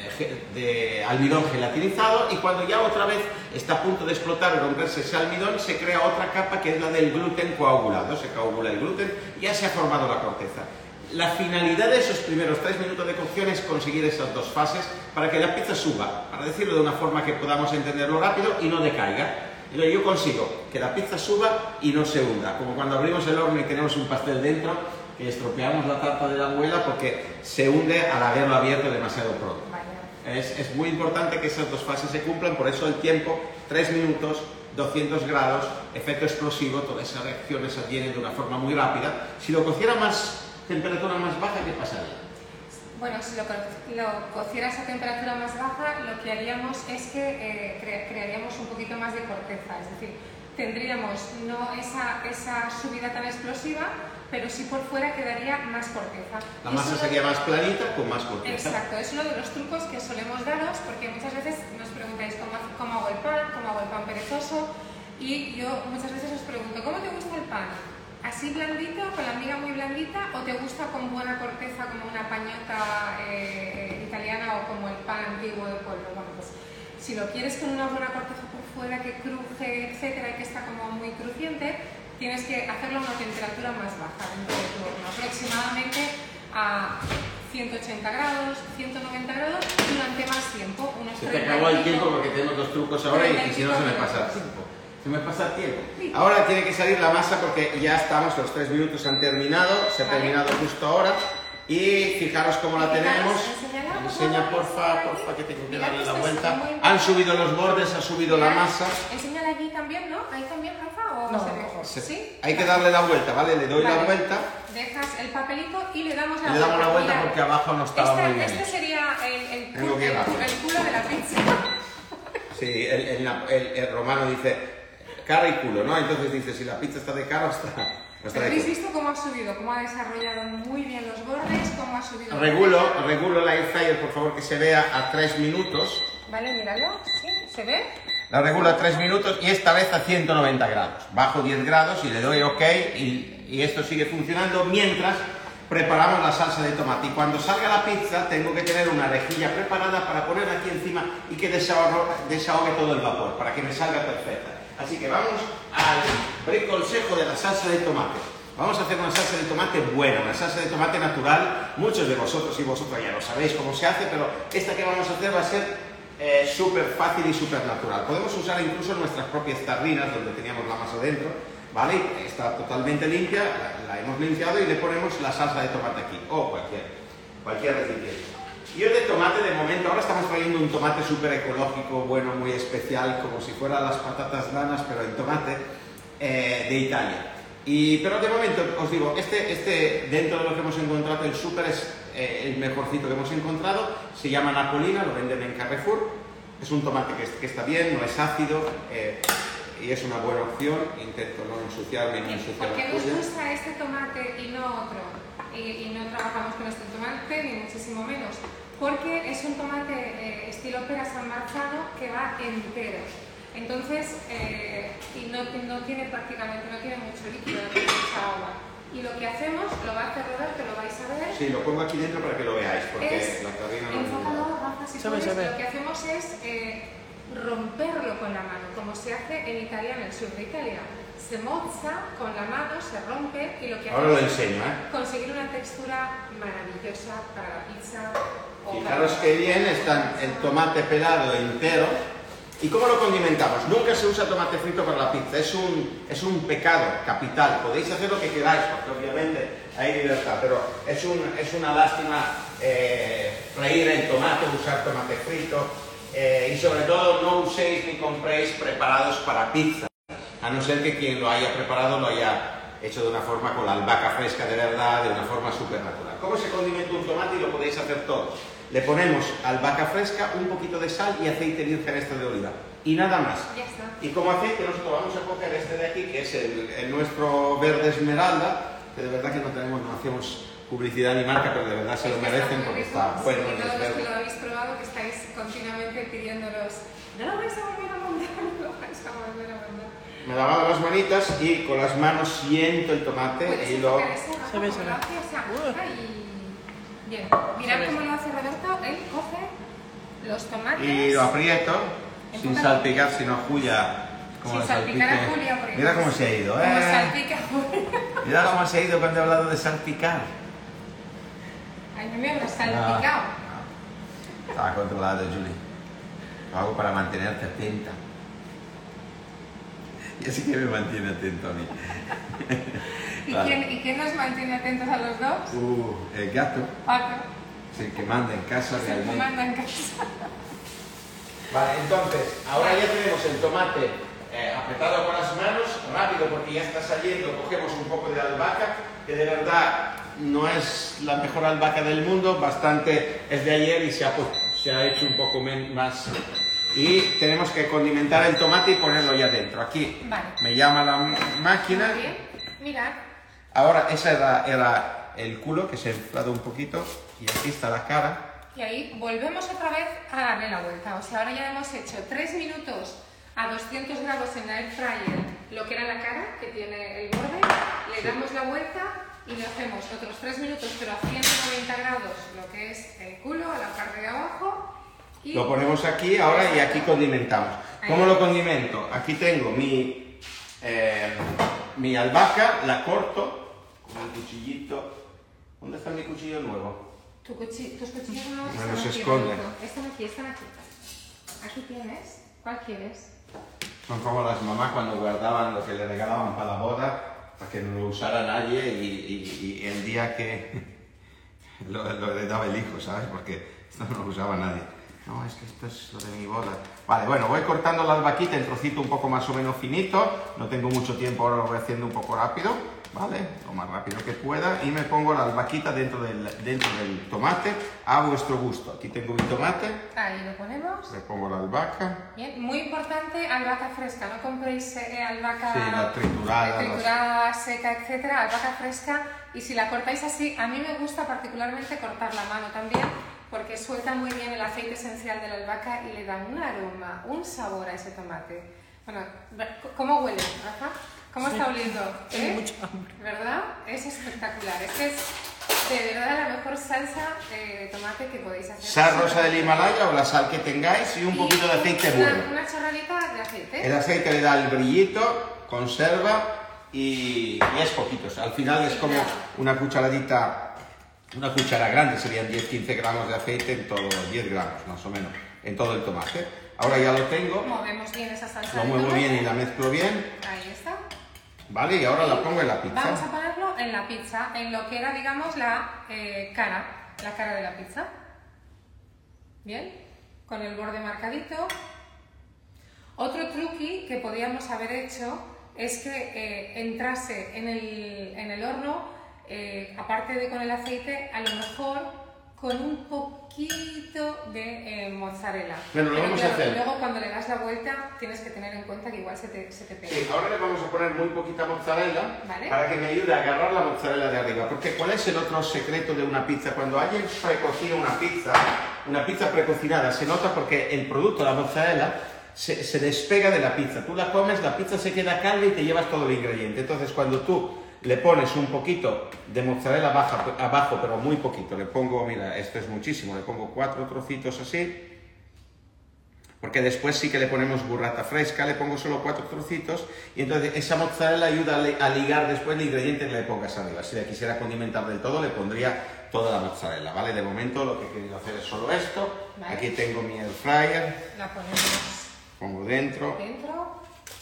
de almidón gelatinizado, y cuando ya otra vez está a punto de explotar y romperse ese almidón, se crea otra capa que es la del gluten coagulado, se coagula el gluten y ya se ha formado la corteza. La finalidad de esos primeros tres minutos de cocción es conseguir esas dos fases para que la pizza suba, para decirlo de una forma que podamos entenderlo rápido y no decaiga. Entonces yo consigo que la pizza suba y no se hunda, como cuando abrimos el horno y tenemos un pastel dentro, que estropeamos la tarta de la abuela porque se hunde al haberlo abierto demasiado pronto. Vaya. Es, es muy importante que esas dos fases se cumplan, por eso el tiempo, tres minutos, doscientos grados, efecto explosivo, todas esas reacciones se tienen de una forma muy rápida. Si lo cociera más temperatura más baja, ¿qué pasaría? Bueno, si lo, co- lo cocieras a temperatura más baja, lo que haríamos es que eh, cre- crearíamos un poquito más de corteza, es decir, tendríamos no esa, esa subida tan explosiva, pero sí por fuera quedaría más corteza. La Y masa eso- sería más planita con más corteza. Exacto, es uno de los trucos que solemos daros, porque muchas veces nos preguntáis cómo, cómo hago el pan, cómo hago el pan perezoso. Y yo muchas veces os pregunto, ¿cómo te gusta el pan? ¿Así blandito, con la miga muy blandita, o te gusta con buena corteza, como una pañota eh, italiana o como el pan antiguo de pueblo? Bueno, pues si lo quieres con una buena corteza por fuera, que cruje, etcétera, y que está como muy crujiente, tienes que hacerlo a una temperatura más baja dentro de tu horno, aproximadamente a ciento ochenta grados, ciento noventa grados, durante más tiempo. Unos se te acabó el tiempo porque tenemos dos trucos ahora y si no se me pasa el tiempo. Se me pasa el tiempo. Ahora tiene que salir la masa porque ya estamos, los tres minutos han terminado, se ha vale. terminado justo ahora. Y fijaros cómo la Fijaros, tenemos. enseñala, Enseña, por porfa, favor, porfa, que tengo que Mirad, darle la esto es vuelta. muy Han subido los bordes, ha subido la masa. Enséñala allí también, ¿no? Ahí también, Rafa, o No, se no, ve. Se- ¿Sí? Hay que darle la vuelta, ¿vale? Le doy Vale. la vuelta Dejas el papelito y le damos la y le damos la vuelta Mirad, porque abajo no estaba este, muy bien Este hecho. sería el, el, Tengo culo, que el, ir rápido. el culo de la pizza. Sí, el, el, el- el romano dice cara y culo, ¿no? Entonces dice, si la pizza está de cara, está, está de ¿Habéis culo. visto cómo ha subido? Cómo ha desarrollado muy bien los bordes, cómo ha subido... Regulo, regulo la air fryer, por favor, que se vea a tres minutos. Vale, míralo, ¿sí? ¿Se ve? La regulo a tres minutos y esta vez a ciento noventa grados. Bajo diez grados y le doy OK y, y esto sigue funcionando mientras preparamos la salsa de tomate. Y cuando salga la pizza tengo que tener una rejilla preparada para poner aquí encima y que desahogue, desahogue todo el vapor, para que me salga perfecta. Así que vamos al preconsejo de la salsa de tomate. Vamos a hacer una salsa de tomate buena, una salsa de tomate natural. Muchos de vosotros y vosotras ya lo sabéis cómo se hace, pero esta que vamos a hacer va a ser Eh, súper fácil y súper natural. Podemos usar incluso nuestras propias tarrinas donde teníamos la masa dentro, ¿vale? Está totalmente limpia, la, la hemos limpiado y le ponemos la salsa de tomate aquí, o cualquier, cualquier recipiente. Y el de tomate, de momento, ahora estamos trayendo un tomate súper ecológico, bueno, muy especial, como si fueran las patatas danas, pero en tomate, eh, de Italia. Y, pero de momento, os digo, este, este dentro de lo que hemos encontrado, el súper es eh, el mejorcito que hemos encontrado, se llama Napolina, lo venden en Carrefour, es un tomate que, que está bien, no es ácido eh, y es una buena opción, intento no ensuciarme ni ensuciar ¿Por qué la nos tuya. gusta este tomate y no otro? Y, y no trabajamos con este tomate, ni muchísimo menos. Porque es un tomate eh, estilo pera San Marzano que va entero. Entonces, eh, y no, no tiene prácticamente, no tiene mucho líquido, no tiene mucha agua. Y lo que hacemos, lo va a hacer Roberto, lo vais a ver. Sí, lo pongo aquí dentro para que lo veáis, porque es, la tarrina no enfócalo, Rafa, si Se ve, puedes. se ve. Lo que hacemos es eh, romperlo con la mano, como se hace en Italia, en el sur de Italia. Se mozza con la mano, se rompe y lo que Ahora lo hacemos es enseño, ¿eh? conseguir una textura maravillosa para la pizza. O Fijaros para... que bien está el tomate pelado entero. ¿Y cómo lo condimentamos? Nunca se usa tomate frito para la pizza, es un, es un pecado capital. Podéis hacer lo que queráis, porque obviamente hay libertad, pero es, un, es una lástima eh, freír el tomate, usar tomate frito, eh, y sobre todo no uséis ni compréis preparados para pizza, a no ser que quien lo haya preparado lo haya hecho de una forma con la albahaca fresca de verdad, de una forma súper natural. ¿Cómo se condimenta un tomate? Y lo podéis hacer todos. Le ponemos albahaca fresca, un poquito de sal y aceite virgen extra de oliva. Y nada más. Ya está. Y como aceite nosotros vamos a coger este de aquí, que es el, el nuestro verde esmeralda, que de verdad que no tenemos, no hacemos publicidad ni marca, pero de verdad se lo Es que merecen muy porque rico, está bueno sí, y todos es los que verde. lo habéis probado, que estáis continuamente pidiéndolos. No lo vais a volver a mandar, no lo vais a volver a mandar. Me lavado las manitas y con las manos siento el tomate ¿Puedes y lo... enfocar eso, Rafa, Se ve, cómo se lo ve. hace? O sea, Uh. ay. Bien, mirad Se ve. cómo lo hace Roberto. Él coge los tomates. Y lo aprieto sin Enfócalo. salpicar, sino Julia. Como Sin la salpicar a salpique. Julia, porque Mira como- cómo se ha ido, Como ¿eh? salpica Julia. Mira cómo se ha ido cuando he hablado de salpicar. Ay, no me habrás salpicado. Estaba controlado, Julie. Lo hago para mantenerte atenta. Y así que me mantiene atento a mí. ¿Y, Vale. quién, ¿Y quién nos mantiene atentos a los dos? Uh, el gato. Paco. Es el que manda en casa Es el que realmente. manda en casa. Vale, entonces, ahora ya tenemos el tomate eh, apretado con las manos, rápido porque ya está saliendo, cogemos un poco de albahaca, que de verdad no es la mejor albahaca del mundo, bastante es de ayer y se ha, se ha hecho un poco más. Y tenemos que condimentar el tomate y ponerlo ya dentro. Aquí Vale. me llama la máquina. Muy bien. Mirad. Ahora, ese era, era el culo que se ha inflado un poquito y aquí está la cara. Y ahí volvemos otra vez a darle la vuelta. O sea, ahora ya hemos hecho tres minutos a doscientos grados en la air fryer lo que era la cara, que tiene el borde, le Sí. damos la vuelta y le hacemos otros tres minutos, pero a ciento noventa grados, lo que es el culo, a la parte de abajo. Y Lo ponemos aquí ahora y aquí condimentamos. ¿Cómo lo condimento? Aquí tengo mi, eh, mi albahaca, la corto con el cuchillito. ¿Dónde está mi cuchillo nuevo? Tu cuchi- tus cuchillos no Bueno, están se aquí, esconden. Roberto. Están aquí, están aquí. Aquí tienes. ¿Cuál quieres? Son como las mamás cuando guardaban lo que le regalaban para la boda, para que no lo usara nadie y, y- y el día que lo, lo heredaba el hijo, ¿sabes? Porque esto no lo usaba nadie. No, es que esto es lo de mi boda. Vale, bueno, voy cortando la albahaquita en trocito un poco más o menos finito. No tengo mucho tiempo, ahora lo voy haciendo un poco rápido, ¿vale? Lo más rápido que pueda. Y me pongo la albahaquita dentro del, dentro del tomate a vuestro gusto. Aquí tengo mi tomate, Ahí lo ponemos. le pongo la albahaca. Bien, muy importante, albahaca fresca. No compréis eh, albahaca Sí, la triturada, eh, triturada, seca, etcétera. Albahaca fresca. Y si la cortáis así, a mí me gusta particularmente cortar la mano también, porque suelta muy bien el aceite esencial de la albahaca y le da un aroma, un sabor a ese tomate. Bueno, ¿cómo huele, Rafa? ¿Cómo está oliendo? Tengo ¿Eh? mucha hambre. ¿Verdad? Es espectacular. Es que es de verdad la mejor salsa eh, de tomate que podéis hacer. Sal rosa del Himalaya o la sal que tengáis y un poquito de aceite una, bueno. Una chorradita de aceite. El aceite le da el brillito, conserva y, y es poquito. Al final es como una cucharadita, una cuchara grande, serían diez a quince gramos de aceite en todo, diez gramos más o menos, en todo el tomate. Ahora ya lo tengo, Movemos bien esa salsa. lo de muevo tomate. bien y la mezclo bien, Ahí está. ¿vale? Y ahora la pongo en la Vamos a pizza. ponerlo en la pizza, en lo que era, digamos, la eh, cara, la cara de la pizza. Bien, con el borde marcadito. Otro truqui que podíamos haber hecho es que eh, entrase en el, en el horno, eh, aparte de con el aceite, a lo mejor con un poquito de eh, mozzarella. Bueno, lo Pero vamos a claro, hacer. luego cuando le das la vuelta tienes que tener en cuenta que igual se te, se te pega. Sí, ahora le vamos a poner muy poquita mozzarella Vale. para que me ayude a agarrar la mozzarella de arriba. Porque ¿cuál es el otro secreto de una pizza? Cuando hayas precocido una pizza, una pizza precocinada, se nota porque el producto, la mozzarella, se, se despega de la pizza. Tú la comes, la pizza se queda cálida y te llevas todo el ingrediente. Entonces cuando tú le pones un poquito de mozzarella baja, abajo, pero muy poquito, le pongo, mira, esto es muchísimo, le pongo cuatro trocitos así. Porque después sí que le ponemos burrata fresca, le pongo solo cuatro trocitos y entonces esa mozzarella ayuda a, li a ligar después el ingrediente que le pongas arriba. Si le quisiera condimentar del todo, le pondría toda la mozzarella, ¿vale? De momento lo que he querido hacer es solo esto. Vale. Aquí tengo mi air fryer, La ponemos pongo dentro. dentro.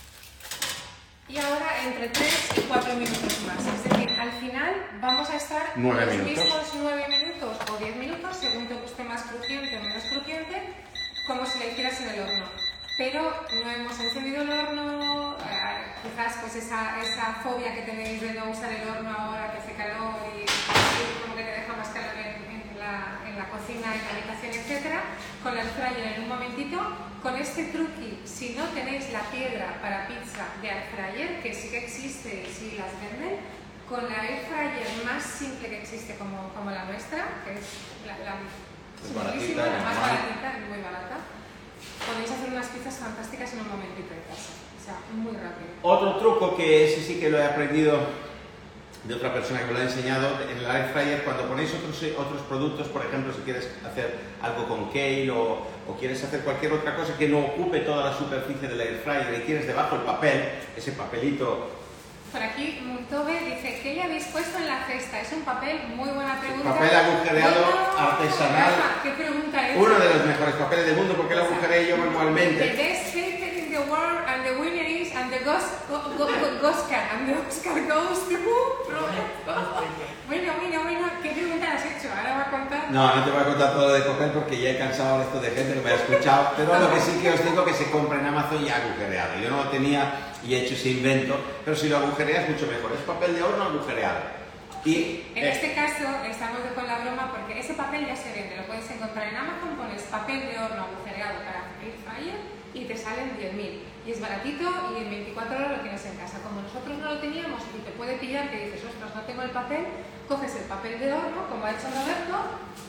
Y ahora entre tres y cuatro minutos más. Es decir, al final vamos a estar Nueve los minutos. mismos nueve minutos o diez minutos, según te guste más crujiente o menos crujiente, como si lo hicieras en el horno. Pero no hemos encendido el horno, eh, quizás pues esa, esa fobia que tenéis de no usar el horno ahora que hace calor y, y como que te deja más calor en, en, la, en la cocina, en la habitación, etcétera. Con el fryer en un momentito, con este truqui, si no tenéis la piedra para pizza de air fryer, que sí que existe, sí las venden, con la air fryer más simple que existe como, como la nuestra, que es la, la Es baratita, la más normal. baratita y muy barata, podéis hacer unas pizzas fantásticas en un momentito de casa, o sea, muy rápido. Otro truco que ese sí que lo he aprendido de otra persona que me lo ha enseñado, en el air fryer cuando ponéis otros, otros productos, por ejemplo si quieres hacer algo con kale o, o quieres hacer cualquier otra cosa que no ocupe toda la superficie del air fryer y tienes debajo el papel, ese papelito. Por aquí Muntobe dice, ¿qué le habéis puesto en la cesta? Es un papel, muy buena pregunta. Papel agujereado Bueno, artesanal. Rafa, ¿qué pregunta es? Uno de los mejores papeles del mundo porque lo agujeré yo The manualmente. best paper in the world and the winner is and the Gos, go, go, go, Oscar and the Oscar goes to who? Bueno, bueno, bueno, ¿qué pregunta has hecho? Ahora va a contar. No, no te voy a contar todo lo de papel porque ya he cansado de esto de gente que me ha escuchado, pero lo que sí que os digo que se compra en Amazon ya agujereado. Yo no lo tenía y he hecho ese invento, pero si lo agujereas mucho mejor. Es papel de horno agujereado. Y En eh, este caso estamos con la broma porque ese papel ya se vende, lo puedes encontrar en Amazon, pones papel de horno agujereado para air fryer y te salen diez mil. Y es baratito y en veinticuatro horas lo tienes en casa. Como nosotros no lo teníamos y te puede pillar que dices, ostras, no tengo el papel, coges el papel de horno, como ha hecho Roberto,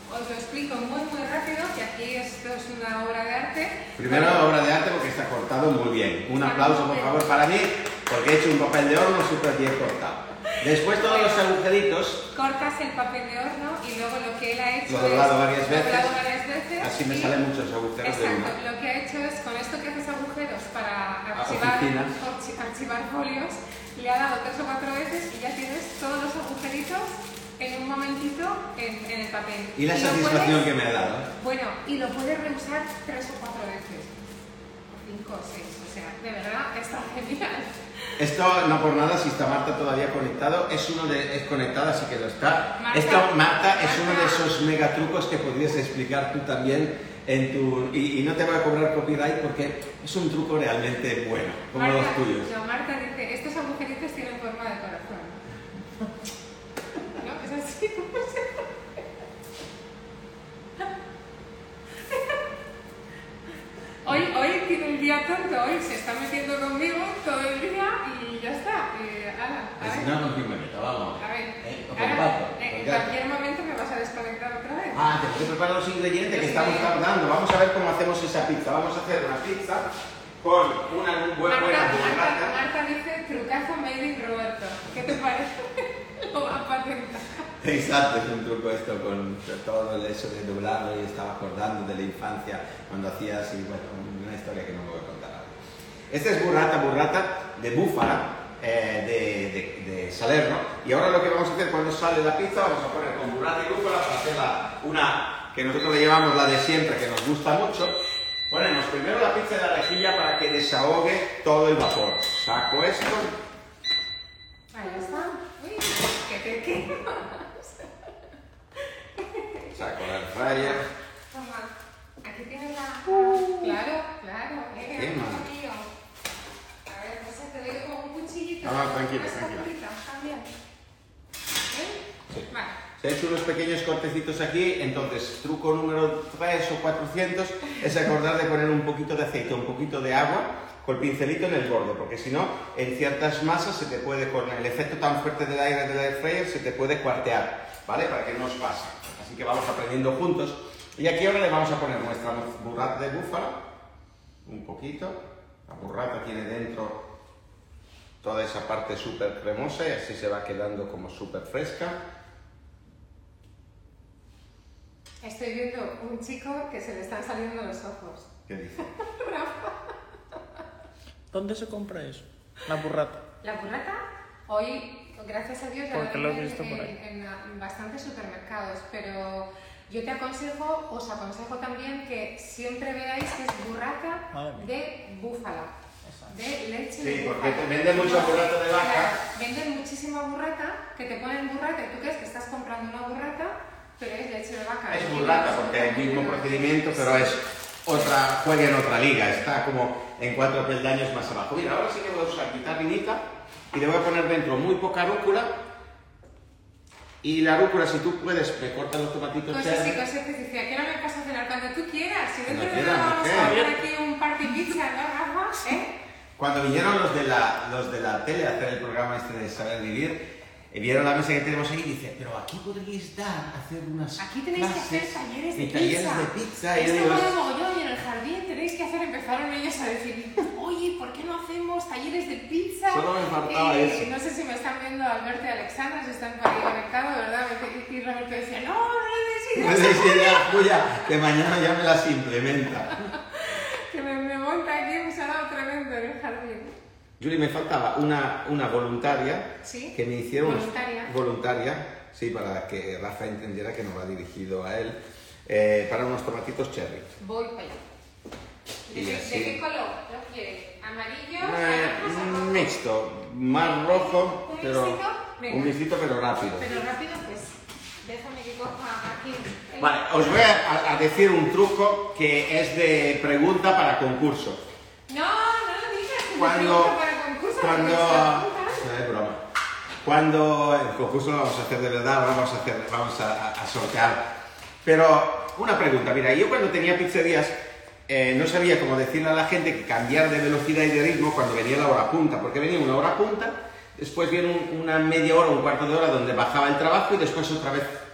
Os lo explico muy muy rápido, que aquí esto es una obra de arte. Primero Bueno, obra de arte porque está cortado muy bien. Un aplauso por favor para mí, porque he hecho un papel de horno súper bien cortado. Después todos los agujeritos. Cortas el papel de horno y luego lo que él ha hecho Lo he doblado es varias veces. doblado varias veces Así me y- salen muchos agujeros de Exacto, uno. lo que ha hecho es con esto que haces agujeros para archivar, oficinas. archi- archivar folios, le ha dado tres o cuatro veces y ya tienes todos los agujeritos en un momentito en, en el papel. Y la lo satisfacción puedes- que me ha dado. Bueno, y lo puedes reusar tres o cuatro veces, o cinco o seis, o sea, de verdad está genial. Esto no por nada, si está Marta todavía conectado, es uno de, es conectada, así que lo está. Marta, Esto, Marta, es Marta. uno de esos megatrucos que podrías explicar tú también en tu... Y, y no te voy a cobrar copyright porque es un truco realmente bueno, como Marta, los tuyos. no, Marta dice, estos agujeritos tienen forma de corazón. ¿No? Es así como se... Hoy, hoy tiene un día tonto, hoy se está metiendo conmigo todo el día y ya está. Eh, ala, a Si ver, no, ¿con quién me meto? Vamos. a ver. Eh, con Ahora, Paco, eh, con en Gato. cualquier momento me vas a desconectar otra vez. Ah, tengo que preparar los ingredientes que Los estamos ingredientes. tardando. Vamos a ver cómo hacemos esa pizza. Vamos a hacer una pizza con una buena, Marta, buena Marta, burrata. Marta dice trucazo made in Roberto. ¿Qué te parece? Lo va a patentar. Exacto, es un truco esto con todo eso de doblarlo y estaba acordando de la infancia cuando hacías y bueno, una historia que no me voy a contar ahora. Esta es burrata, burrata de búfala, eh, de, de, de Salerno, y ahora lo que vamos a hacer cuando sale la pizza, vamos a poner con burrata y búfala para hacerla una que nosotros le llamamos la de siempre, que nos gusta mucho. Ponemos primero la pizza en la rejilla para que desahogue todo el vapor. Saco esto. Ahí está. Uy, que te quemas. Saco la air fryer. Toma, aquí tienes la... Claro, claro. Eh, Qué amigo mal. mío. A ver, no sé, te doy como un cuchillito. Ah, tranquila, Esta tranquila. pulita también. ¿Eh? Sí. Vale. Se ha hecho unos pequeños cortecitos aquí, entonces truco número tres o cuatrocientos es acordar de poner un poquito de aceite, un poquito de agua con el pincelito en el borde, porque si no, en ciertas masas se te puede, con el efecto tan fuerte del aire del air fryer, se te puede cuartear, ¿vale? Para que no os pase. Así que vamos aprendiendo juntos. Y aquí ahora le vamos a poner nuestra burrata de búfala, un poquito. La burrata tiene dentro toda esa parte súper cremosa y así se va quedando como súper fresca. Estoy viendo un chico que se le están saliendo los ojos. ¿Qué dice? ¿Dónde se compra eso? La burrata. La burrata, hoy, gracias a Dios, ya Porque la lo he venden visto por en, ahí. en, en bastantes supermercados, pero yo te aconsejo, os aconsejo también que siempre veáis que es burrata Madre mía. de búfala, de leche Sí, de búfala. porque te venden mucha burrata de vaca. Claro, venden muchísima burrata, que te ponen burrata y tú crees que estás comprando una burrata, pero es leche de vaca. Es Y burrata no porque es el mismo burrata. procedimiento, pero es otra, juega en otra liga, está como en cuatro peldaños más abajo. Mira, ahora sí que voy a usar vitaminita y le voy a poner dentro muy poca rúcula. Y la rúcula, si tú puedes, me cortas los tomatitos Cosas y cherry. cosas que decía, que no me pasa a cenar cuando tú quieras. Si dentro Cuando de quieras, nada vamos mujer. a hacer aquí un party pizza, ¿no, Rafa? ¿Eh? Cuando vinieron los de, la, los de la tele a hacer el programa este de Saber Vivir, eh, vieron la mesa que tenemos ahí y dice, pero aquí podríais dar, hacer unas Aquí tenéis que hacer clases talleres de y pizza. talleres de pizza. Y yo Esto digo, mola mogollón y en el jardín tenéis que hacer. Empezaron ellos a decir, oye, ¿por qué no hacemos talleres de pizza? Solo me faltaba y, eso. No sé si me están viendo Alberto y Alexandra, si están por ahí conectados, ¿verdad? Y Roberto decía, no, no no necesitas. sé si ya, Julia, que mañana ya me las implementa. Que me, me monta aquí un salado tremendo en el jardín. Julie, me faltaba una, una voluntaria ¿Sí? que me hicieron... unos- Voluntaria. Voluntaria, sí, para que Rafa entendiera que no va dirigido a él, eh, para unos tomatitos cherry. Voy para allá. ¿De, Y qué, así. ¿De qué color lo quieres? ¿Amarillo? Eh, naranjas, mixto, más rojo, ¿Un pero... mixito? Venga. Un mixito, pero rápido. Pero rápido, pues déjame que coja aquí. el- Vale, os voy a, a decir un truco que es de pregunta para concurso. No, no lo digas. que me Cuando... pregunto para concurso, Cuando... porque me está apuntando. No es broma. Cuando el concurso lo vamos a hacer de verdad, ahora vamos a, hacer, vamos a, a sortear. Pero una pregunta, mira, yo cuando tenía pizzerías eh, no sabía cómo decirle a la gente que cambiar de velocidad y de ritmo cuando venía la hora punta, porque venía una hora punta, después viene un- una media hora, un cuarto de hora donde bajaba el trabajo y después otra vez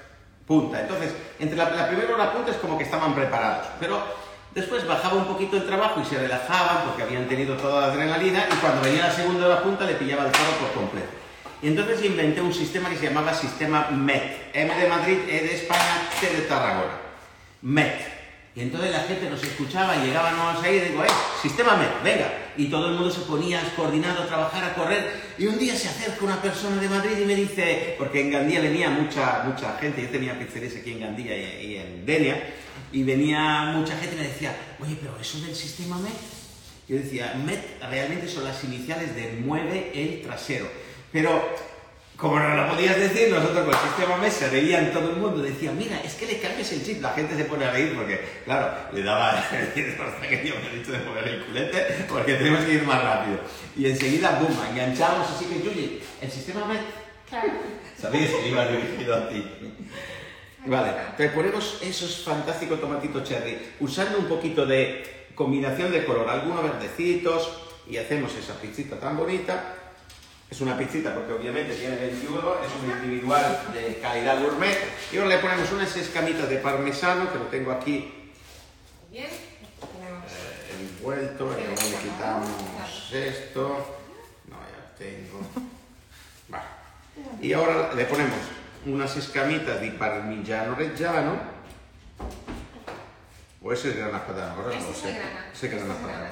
punta. Entonces, entre la, la primera hora punta es como que estaban preparados, pero después bajaba un poquito el trabajo y se relajaban porque habían tenido toda la adrenalina, y cuando venía la segunda hora punta le pillaba el toro por completo. Y entonces inventé un sistema que se llamaba sistema M E T. M de Madrid, E de España, T de Tarragona. M E T. Y entonces la gente nos escuchaba y llegábamos ahí y digo, eh, sistema M E T, venga. Y todo el mundo se ponía coordinado a trabajar, a correr. Y un día se acerca una persona de Madrid y me dice, porque en Gandía venía mucha, mucha gente, yo tenía pizzerías aquí en Gandía y, y en Denia, y venía mucha gente y me decía, oye, pero eso del sistema M E T. Yo decía, M E T realmente son las iniciales de mueve el trasero. Pero, como no lo podías decir, nosotros con el sistema M E T se reían todo el mundo. Decía, mira, es que le cambies el chip. La gente se pone a reír porque, claro, le daba hasta que yo me he dicho de mover el culete porque tenemos que ir más rápido. Y enseguida, boom, enganchamos así que, Julie, el sistema M E T. Claro. ¿Sabéis que iba dirigido a ti? Vale, entonces ponemos esos fantásticos tomatitos cherry, usando un poquito de combinación de color, algunos verdecitos, y hacemos esa pizzita tan bonita. Es una pizzita porque obviamente tiene veintiuno, es un individual de calidad gourmet. Y ahora le ponemos unas escamitas de parmesano, que lo tengo aquí Bien. eh, envuelto. Luego le quitamos esto. No, ya tengo. Vale. Y ahora le ponemos unas escamitas de parmigiano reggiano. O ese es grana padano, ahora no lo sé. Ese es grana padano.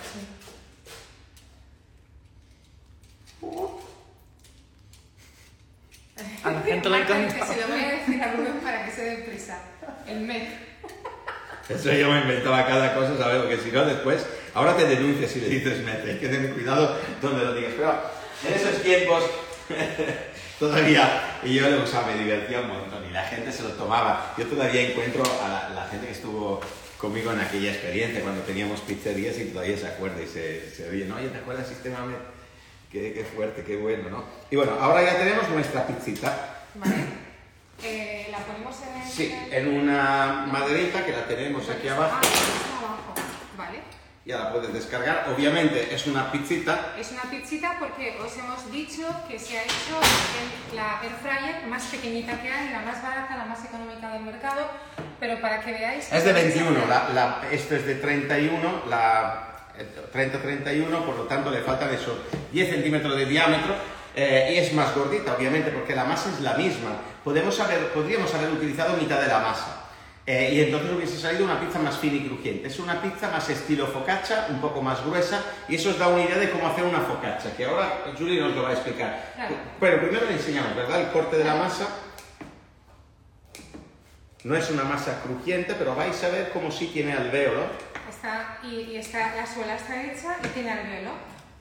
A la gente le encanta. Se lo voy a decir a Rubén para que se dé prisa. El M E T. Eso yo me inventaba cada cosa, ¿sabes? Porque si no, después, ahora te denuncias si le dices mete. Hay que tener cuidado donde lo digas. Pero en esos tiempos, todavía, y yo lo usaba, me divertía un montón y la gente se lo tomaba. Yo todavía encuentro a la, la gente que estuvo conmigo en aquella experiencia, cuando teníamos pizzerías, y todavía se acuerda y se, se oye, ¿no? Oye, ¿te acuerdas del sistema M E T? Qué, qué fuerte, qué bueno, ¿no? Y bueno, ahora ya tenemos nuestra pizzita. Vale. Eh, la ponemos en el... Sí, en una maderita que la tenemos aquí abajo. Ah, está abajo. Vale. Ya la puedes descargar. Obviamente es una pizzita. Es una pizzita porque os hemos dicho que se ha hecho en la air fryer más pequeñita que hay, la más barata, la más económica del mercado, pero para que veáis... Es de veintiuno, la, la, esto es de treinta y uno, la treinta treinta y uno, por lo tanto le faltan esos diez centímetros de diámetro, eh, y es más gordita, obviamente, porque la masa es la misma. Podemos haber, podríamos haber utilizado mitad de la masa. Eh, y entonces hubiese salido una pizza más fina y crujiente. Es una pizza más estilo focaccia, un poco más gruesa, y eso os da una idea de cómo hacer una focaccia, que ahora Julie nos lo va a explicar. Claro. Pero primero le enseñamos, ¿verdad? El corte de la masa. No es una masa crujiente, pero vais a ver cómo sí tiene alvéolo. Está, y, y está, la suela está hecha y tiene alvéolo.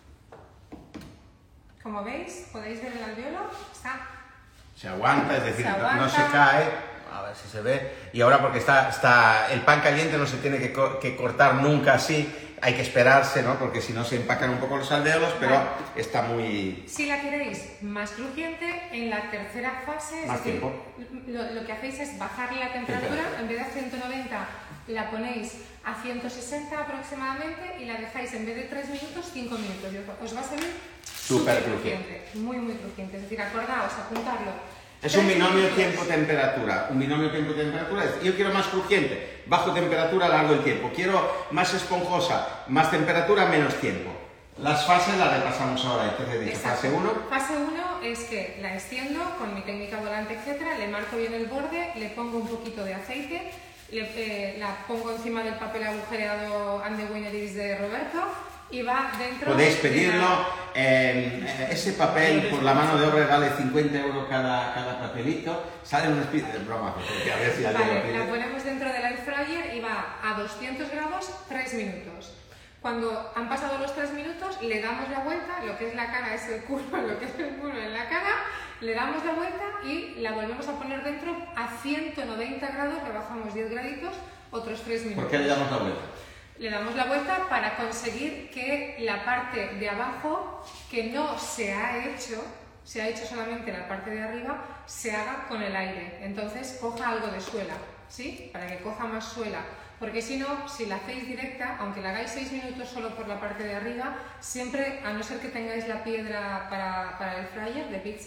Como veis, podéis ver el alvéolo. Está... Se aguanta, es decir, Se no- aguanta. no se cae. A ver si se ve. Y ahora porque está, está el pan caliente no se tiene que, co- que cortar nunca así. Hay que esperarse, ¿no? Porque si no se empacan un poco los alvéolos, pero Vale. está muy... Si la queréis más crujiente, en la tercera fase, es Más decir, tiempo. lo, lo que hacéis es bajarle la temperatura, Temperatura. en vez de a ciento noventa la ponéis a ciento sesenta aproximadamente y la dejáis en vez de tres minutos, cinco minutos. Y os- os va a salir Súper súper crujiente, muy muy crujiente. Es decir, acordaos, apuntarlo. Es un Tres binomio minutos. tiempo-temperatura. Un binomio tiempo-temperatura es, yo quiero más crujiente, bajo temperatura, largo el tiempo. Quiero más esponjosa, más temperatura, menos tiempo. Las fases las repasamos ahora. Entonces dice Exacto. fase uno. Fase uno es que la extiendo con mi técnica volante, etcétera, le marco bien el borde, le pongo un poquito de aceite, le, eh, la pongo encima del papel agujereado And the Winner is de Roberto y va dentro... Podéis de pedirlo. la- eh, ese papel por la mano de obra vale cincuenta euros cada, cada papelito. Sale un espíritu de broma, porque a ver si alguien lo Vale, pide. la ponemos dentro del air fryer y va a doscientos grados tres minutos. Cuando han pasado los tres minutos, le damos la vuelta, lo que es la cara es el culo, lo que es el culo en la cara, le damos la vuelta y la volvemos a poner dentro a ciento noventa grados, le bajamos diez graditos, otros tres minutos. ¿Por qué le damos la vuelta? Le damos la vuelta para conseguir que la parte de abajo, que no se ha hecho, se ha hecho solamente la parte de arriba, se haga con el aire. Entonces coja algo de suela, ¿sí? Para que coja más suela. Porque si no, si la hacéis directa, aunque la hagáis seis minutos solo por la parte de arriba, siempre, a no ser que tengáis la piedra para, para el fryer de pizza,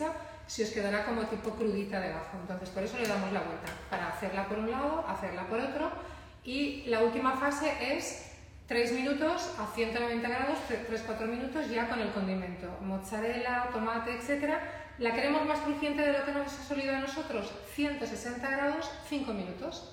se os quedará como tipo crudita debajo. Entonces por eso le damos la vuelta, para hacerla por un lado, hacerla por otro. Y la última fase es tres minutos a ciento noventa grados, tres cuatro minutos ya con el condimento. Mozzarella, tomate, etcétera. ¿La queremos más crujiente de lo que nos ha salido a nosotros? ciento sesenta grados, cinco minutos.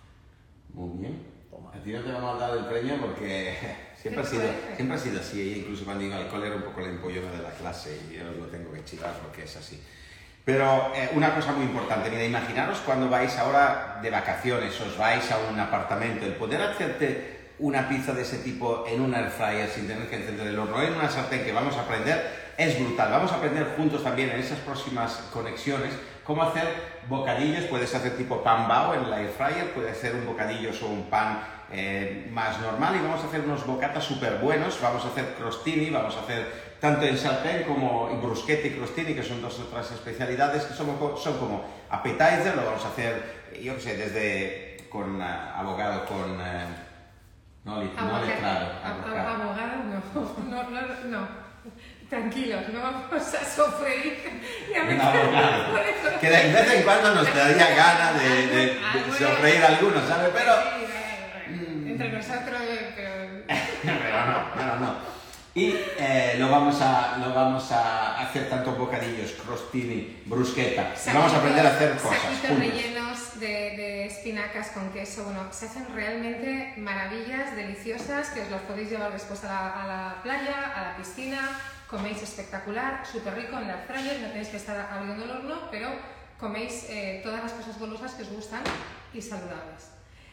Muy bien. A ti no te vamos a dar el premio porque siempre ha sido, siempre ha sido así. Ella incluso cuando iba al cole era un poco la empollona de la clase y yo lo tengo que chivar porque es así. Pero eh, una cosa muy importante, mira, imaginaros cuando vais ahora de vacaciones, os vais a un apartamento, el poder hacerte una pizza de ese tipo en un air fryer sin tener que encender el horno, en una sartén que vamos a aprender, es brutal. Vamos a aprender juntos también en esas próximas conexiones cómo hacer bocadillos. Puedes hacer tipo pan bao en el air fryer, puedes hacer un bocadillo o un pan eh, más normal y vamos a hacer unos bocatas súper buenos. Vamos a hacer crostini, vamos a hacer tanto en sartén como en bruschetta y crostini, que son dos otras especialidades que son, son como appetizer. Lo vamos a hacer, yo qué sé, desde con uh, abogado, con... Uh, No, no letrado. Abogado, no. No, no, no. Tranquilos, no vamos a sofreír. Un abogado. Que de vez en cuando nos daría gana de, de, de ah, bueno, sofreír algunos, ¿sabes? Pero... Sí, bueno, entre nosotros, pero... pero no, pero no. Y eh, lo, vamos a, lo vamos a hacer tanto bocadillos, crostini, bruschetta. Saquitos, vamos a aprender a hacer cosas. Saquitos rellenos de, de espinacas con queso. Bueno, se hacen realmente maravillas, deliciosas, que os las podéis llevar después a la, a la playa, a la piscina. Coméis espectacular, súper rico en la air fryer, no tenéis que estar abriendo el horno, pero coméis eh, todas las cosas golosas que os gustan y saludables.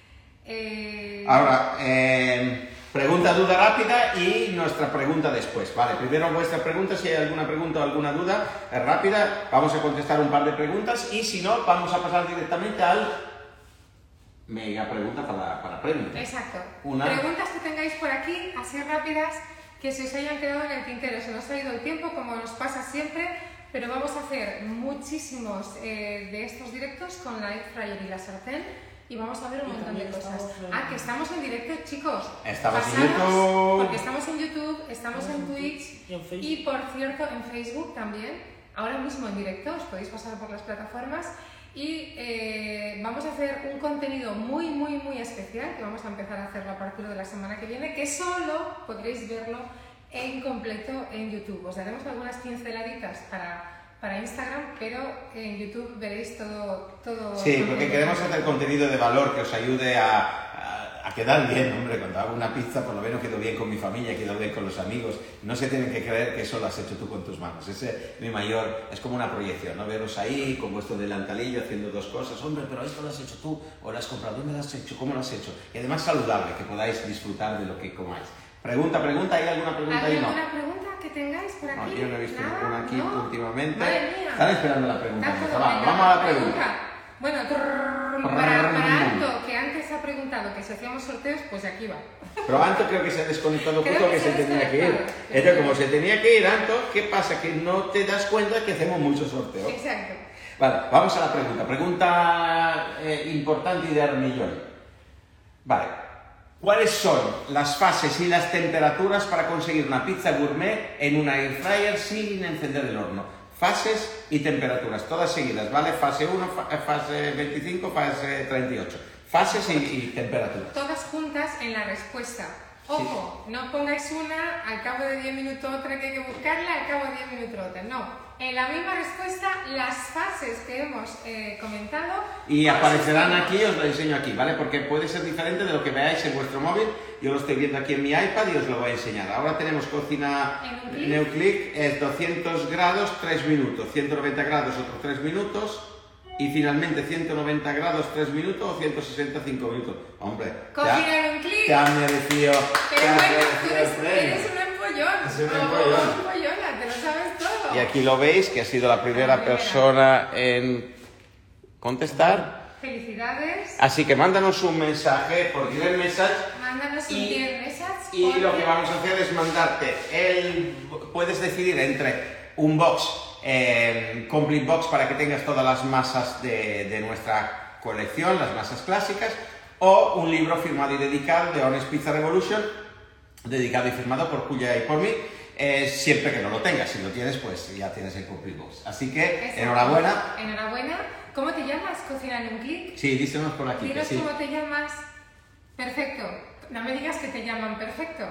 Eh... Ahora, eh, pregunta, duda rápida y nuestra pregunta después. Vale, primero vuestra pregunta, si hay alguna pregunta o alguna duda es rápida, vamos a contestar un par de preguntas y si no, vamos a pasar directamente al mega pregunta para, para premio. Exacto. Una... Preguntas que tengáis por aquí, así rápidas, que se os hayan quedado en el tintero. Se nos ha ido el tiempo, como nos pasa siempre, pero vamos a hacer muchísimos eh, de estos directos con la air fryer y la sartén. Y vamos a ver un montón de cosas. Ah, que estamos en directo, chicos. Estamos Pasaros, en YouTube. Porque estamos en YouTube, estamos en Twitch y, por cierto, en Facebook también. Ahora mismo en directo, os podéis pasar por las plataformas. Y eh, vamos a hacer un contenido muy, muy, muy especial que vamos a empezar a hacerlo a partir de la semana que viene, que solo podréis verlo en completo en YouTube. Os daremos algunas pinceladitas para... para Instagram, pero en YouTube veréis todo... todo sí, porque queremos hacer contenido de valor que os ayude a, a, a quedar bien, hombre. Cuando hago una pizza, por lo menos quedo bien con mi familia, quedo bien con los amigos. No se tienen que creer que eso lo has hecho tú con tus manos. Ese es mi mayor... Es como una proyección, ¿no? Veros ahí con vuestro delantalillo haciendo dos cosas. Hombre, pero esto lo has hecho tú, o lo has comprado. ¿Dónde lo has hecho? ¿Cómo lo has hecho? Y además saludable, que podáis disfrutar de lo que comáis. Pregunta, pregunta, ¿hay alguna pregunta ahí? ¿Hay alguna pregunta que tengáis por aquí? No, yo no he visto ¿Nada? ninguna aquí ¿No? últimamente. Madre mía. Están esperando la pregunta. Tanto, Vamos, venga, vamos a la pregunta. pregunta. Bueno, trrr, para, para Anto, que antes ha preguntado que si hacíamos sorteos, pues aquí va. Pero Anto creo que se ha desconectado Creo justo que que se se ha tenía que ir. desconectado. Entonces, como se tenía que ir, Anto, ¿qué pasa? Que no te das cuenta que hacemos muchos sorteos. Exacto. Vale, vamos a la pregunta. Pregunta eh, importante y de armillón. Vale. ¿Cuáles son las fases y las temperaturas para conseguir una pizza gourmet en una air fryer sin encender el horno? Fases y temperaturas, todas seguidas, ¿vale? Fase uno, fa fase veinticinco, fase treinta y ocho. Fases y, y temperaturas. Todas juntas en la respuesta. Ojo, sí. No pongáis una, al cabo de diez minutos otra que hay que buscarla, al cabo de diez minutos otra. No. En la misma respuesta, las fases que hemos eh, comentado... Y aparecerán aquí, os lo enseño aquí, ¿vale? Porque puede ser diferente de lo que veáis en vuestro móvil. Yo lo estoy viendo aquí en mi iPad y os lo voy a enseñar. Ahora tenemos cocina Neuclick, es doscientos grados, tres minutos. ciento noventa grados, otros tres minutos. Y finalmente ciento noventa grados, tres minutos o ciento sesenta, cinco minutos. Hombre, cocina Neuclick. Te ha merecido... Pero te ha bueno, merecido tú eres, eres un empollón. Es un oh, empollón. Un empollona, te lo sabes todo. Y aquí lo veis, que ha sido la primera, la primera persona en contestar. Felicidades. Así que mándanos un mensaje por direct message. Mándanos un y, direct message. Y lo que vamos a hacer es mandarte el... Puedes decidir entre un box, eh, complete box, para que tengas todas las masas de, de nuestra colección, las masas clásicas, o un libro firmado y dedicado de Honest Pizza Revolution, dedicado y firmado por Cuya y por mí. eh, siempre que no lo tengas. Si lo tienes, pues ya tienes el Cooking-Box. Así que, Exacto. enhorabuena. Enhorabuena. ¿Cómo te llamas? Cocina en un clic. Sí, dísenos por aquí. Dinos Sí. cómo te llamas. Perfecto. No me digas que te llaman perfecto.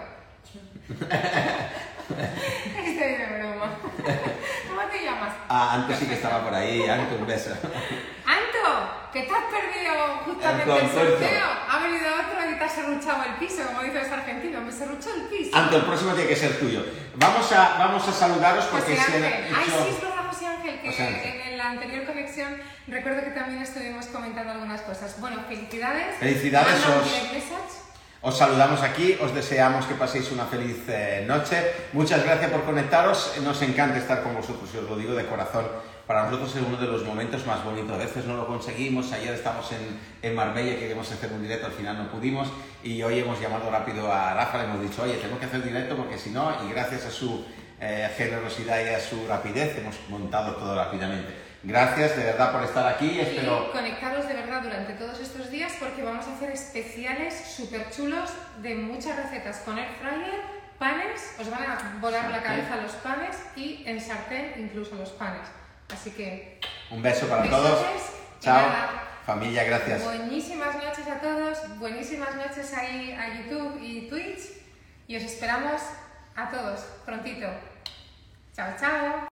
Estoy de broma. ¿Cómo te llamas? Ah, Anto sí que estaba por ahí. Anto, un beso. ¡Anto! ¡Que te has perdido justamente El el concurso. sorteo! Ha venido otro y te has serruchado el piso, como dice los argentinos. Me serruchó el piso. Anto, el próximo tiene que ser tuyo. Vamos a, vamos a saludaros porque José se han Ángel. Ay, hecho- sí, es verdad, José Ángel, que José Ángel. en la anterior conexión recuerdo que también estuvimos comentando algunas cosas. Bueno, felicidades. Felicidades, Manda un os- direct message. Os saludamos aquí, os deseamos que paséis una feliz eh, noche. Muchas gracias por conectaros, nos encanta estar con vosotros y os lo digo de corazón. Para nosotros es uno de los momentos más bonitos. A veces no lo conseguimos, ayer estamos en, en Marbella, queríamos hacer un directo, al final no pudimos y hoy hemos llamado rápido a Rafa, le hemos dicho, oye, tenemos que hacer directo porque si no, y gracias a su eh, generosidad y a su rapidez hemos montado todo rápidamente. Gracias de verdad por estar aquí, espero... Y conectaros de verdad durante todos estos días porque vamos a hacer especiales súper chulos de muchas recetas con air fryer, panes, os van a volar la cabeza los panes y en sartén incluso los panes. Así que... Un beso para besotes todos. y Chao. nada. Familia, gracias. Buenísimas noches a todos, buenísimas noches ahí a YouTube y Twitch y os esperamos a todos prontito. Chao, chao.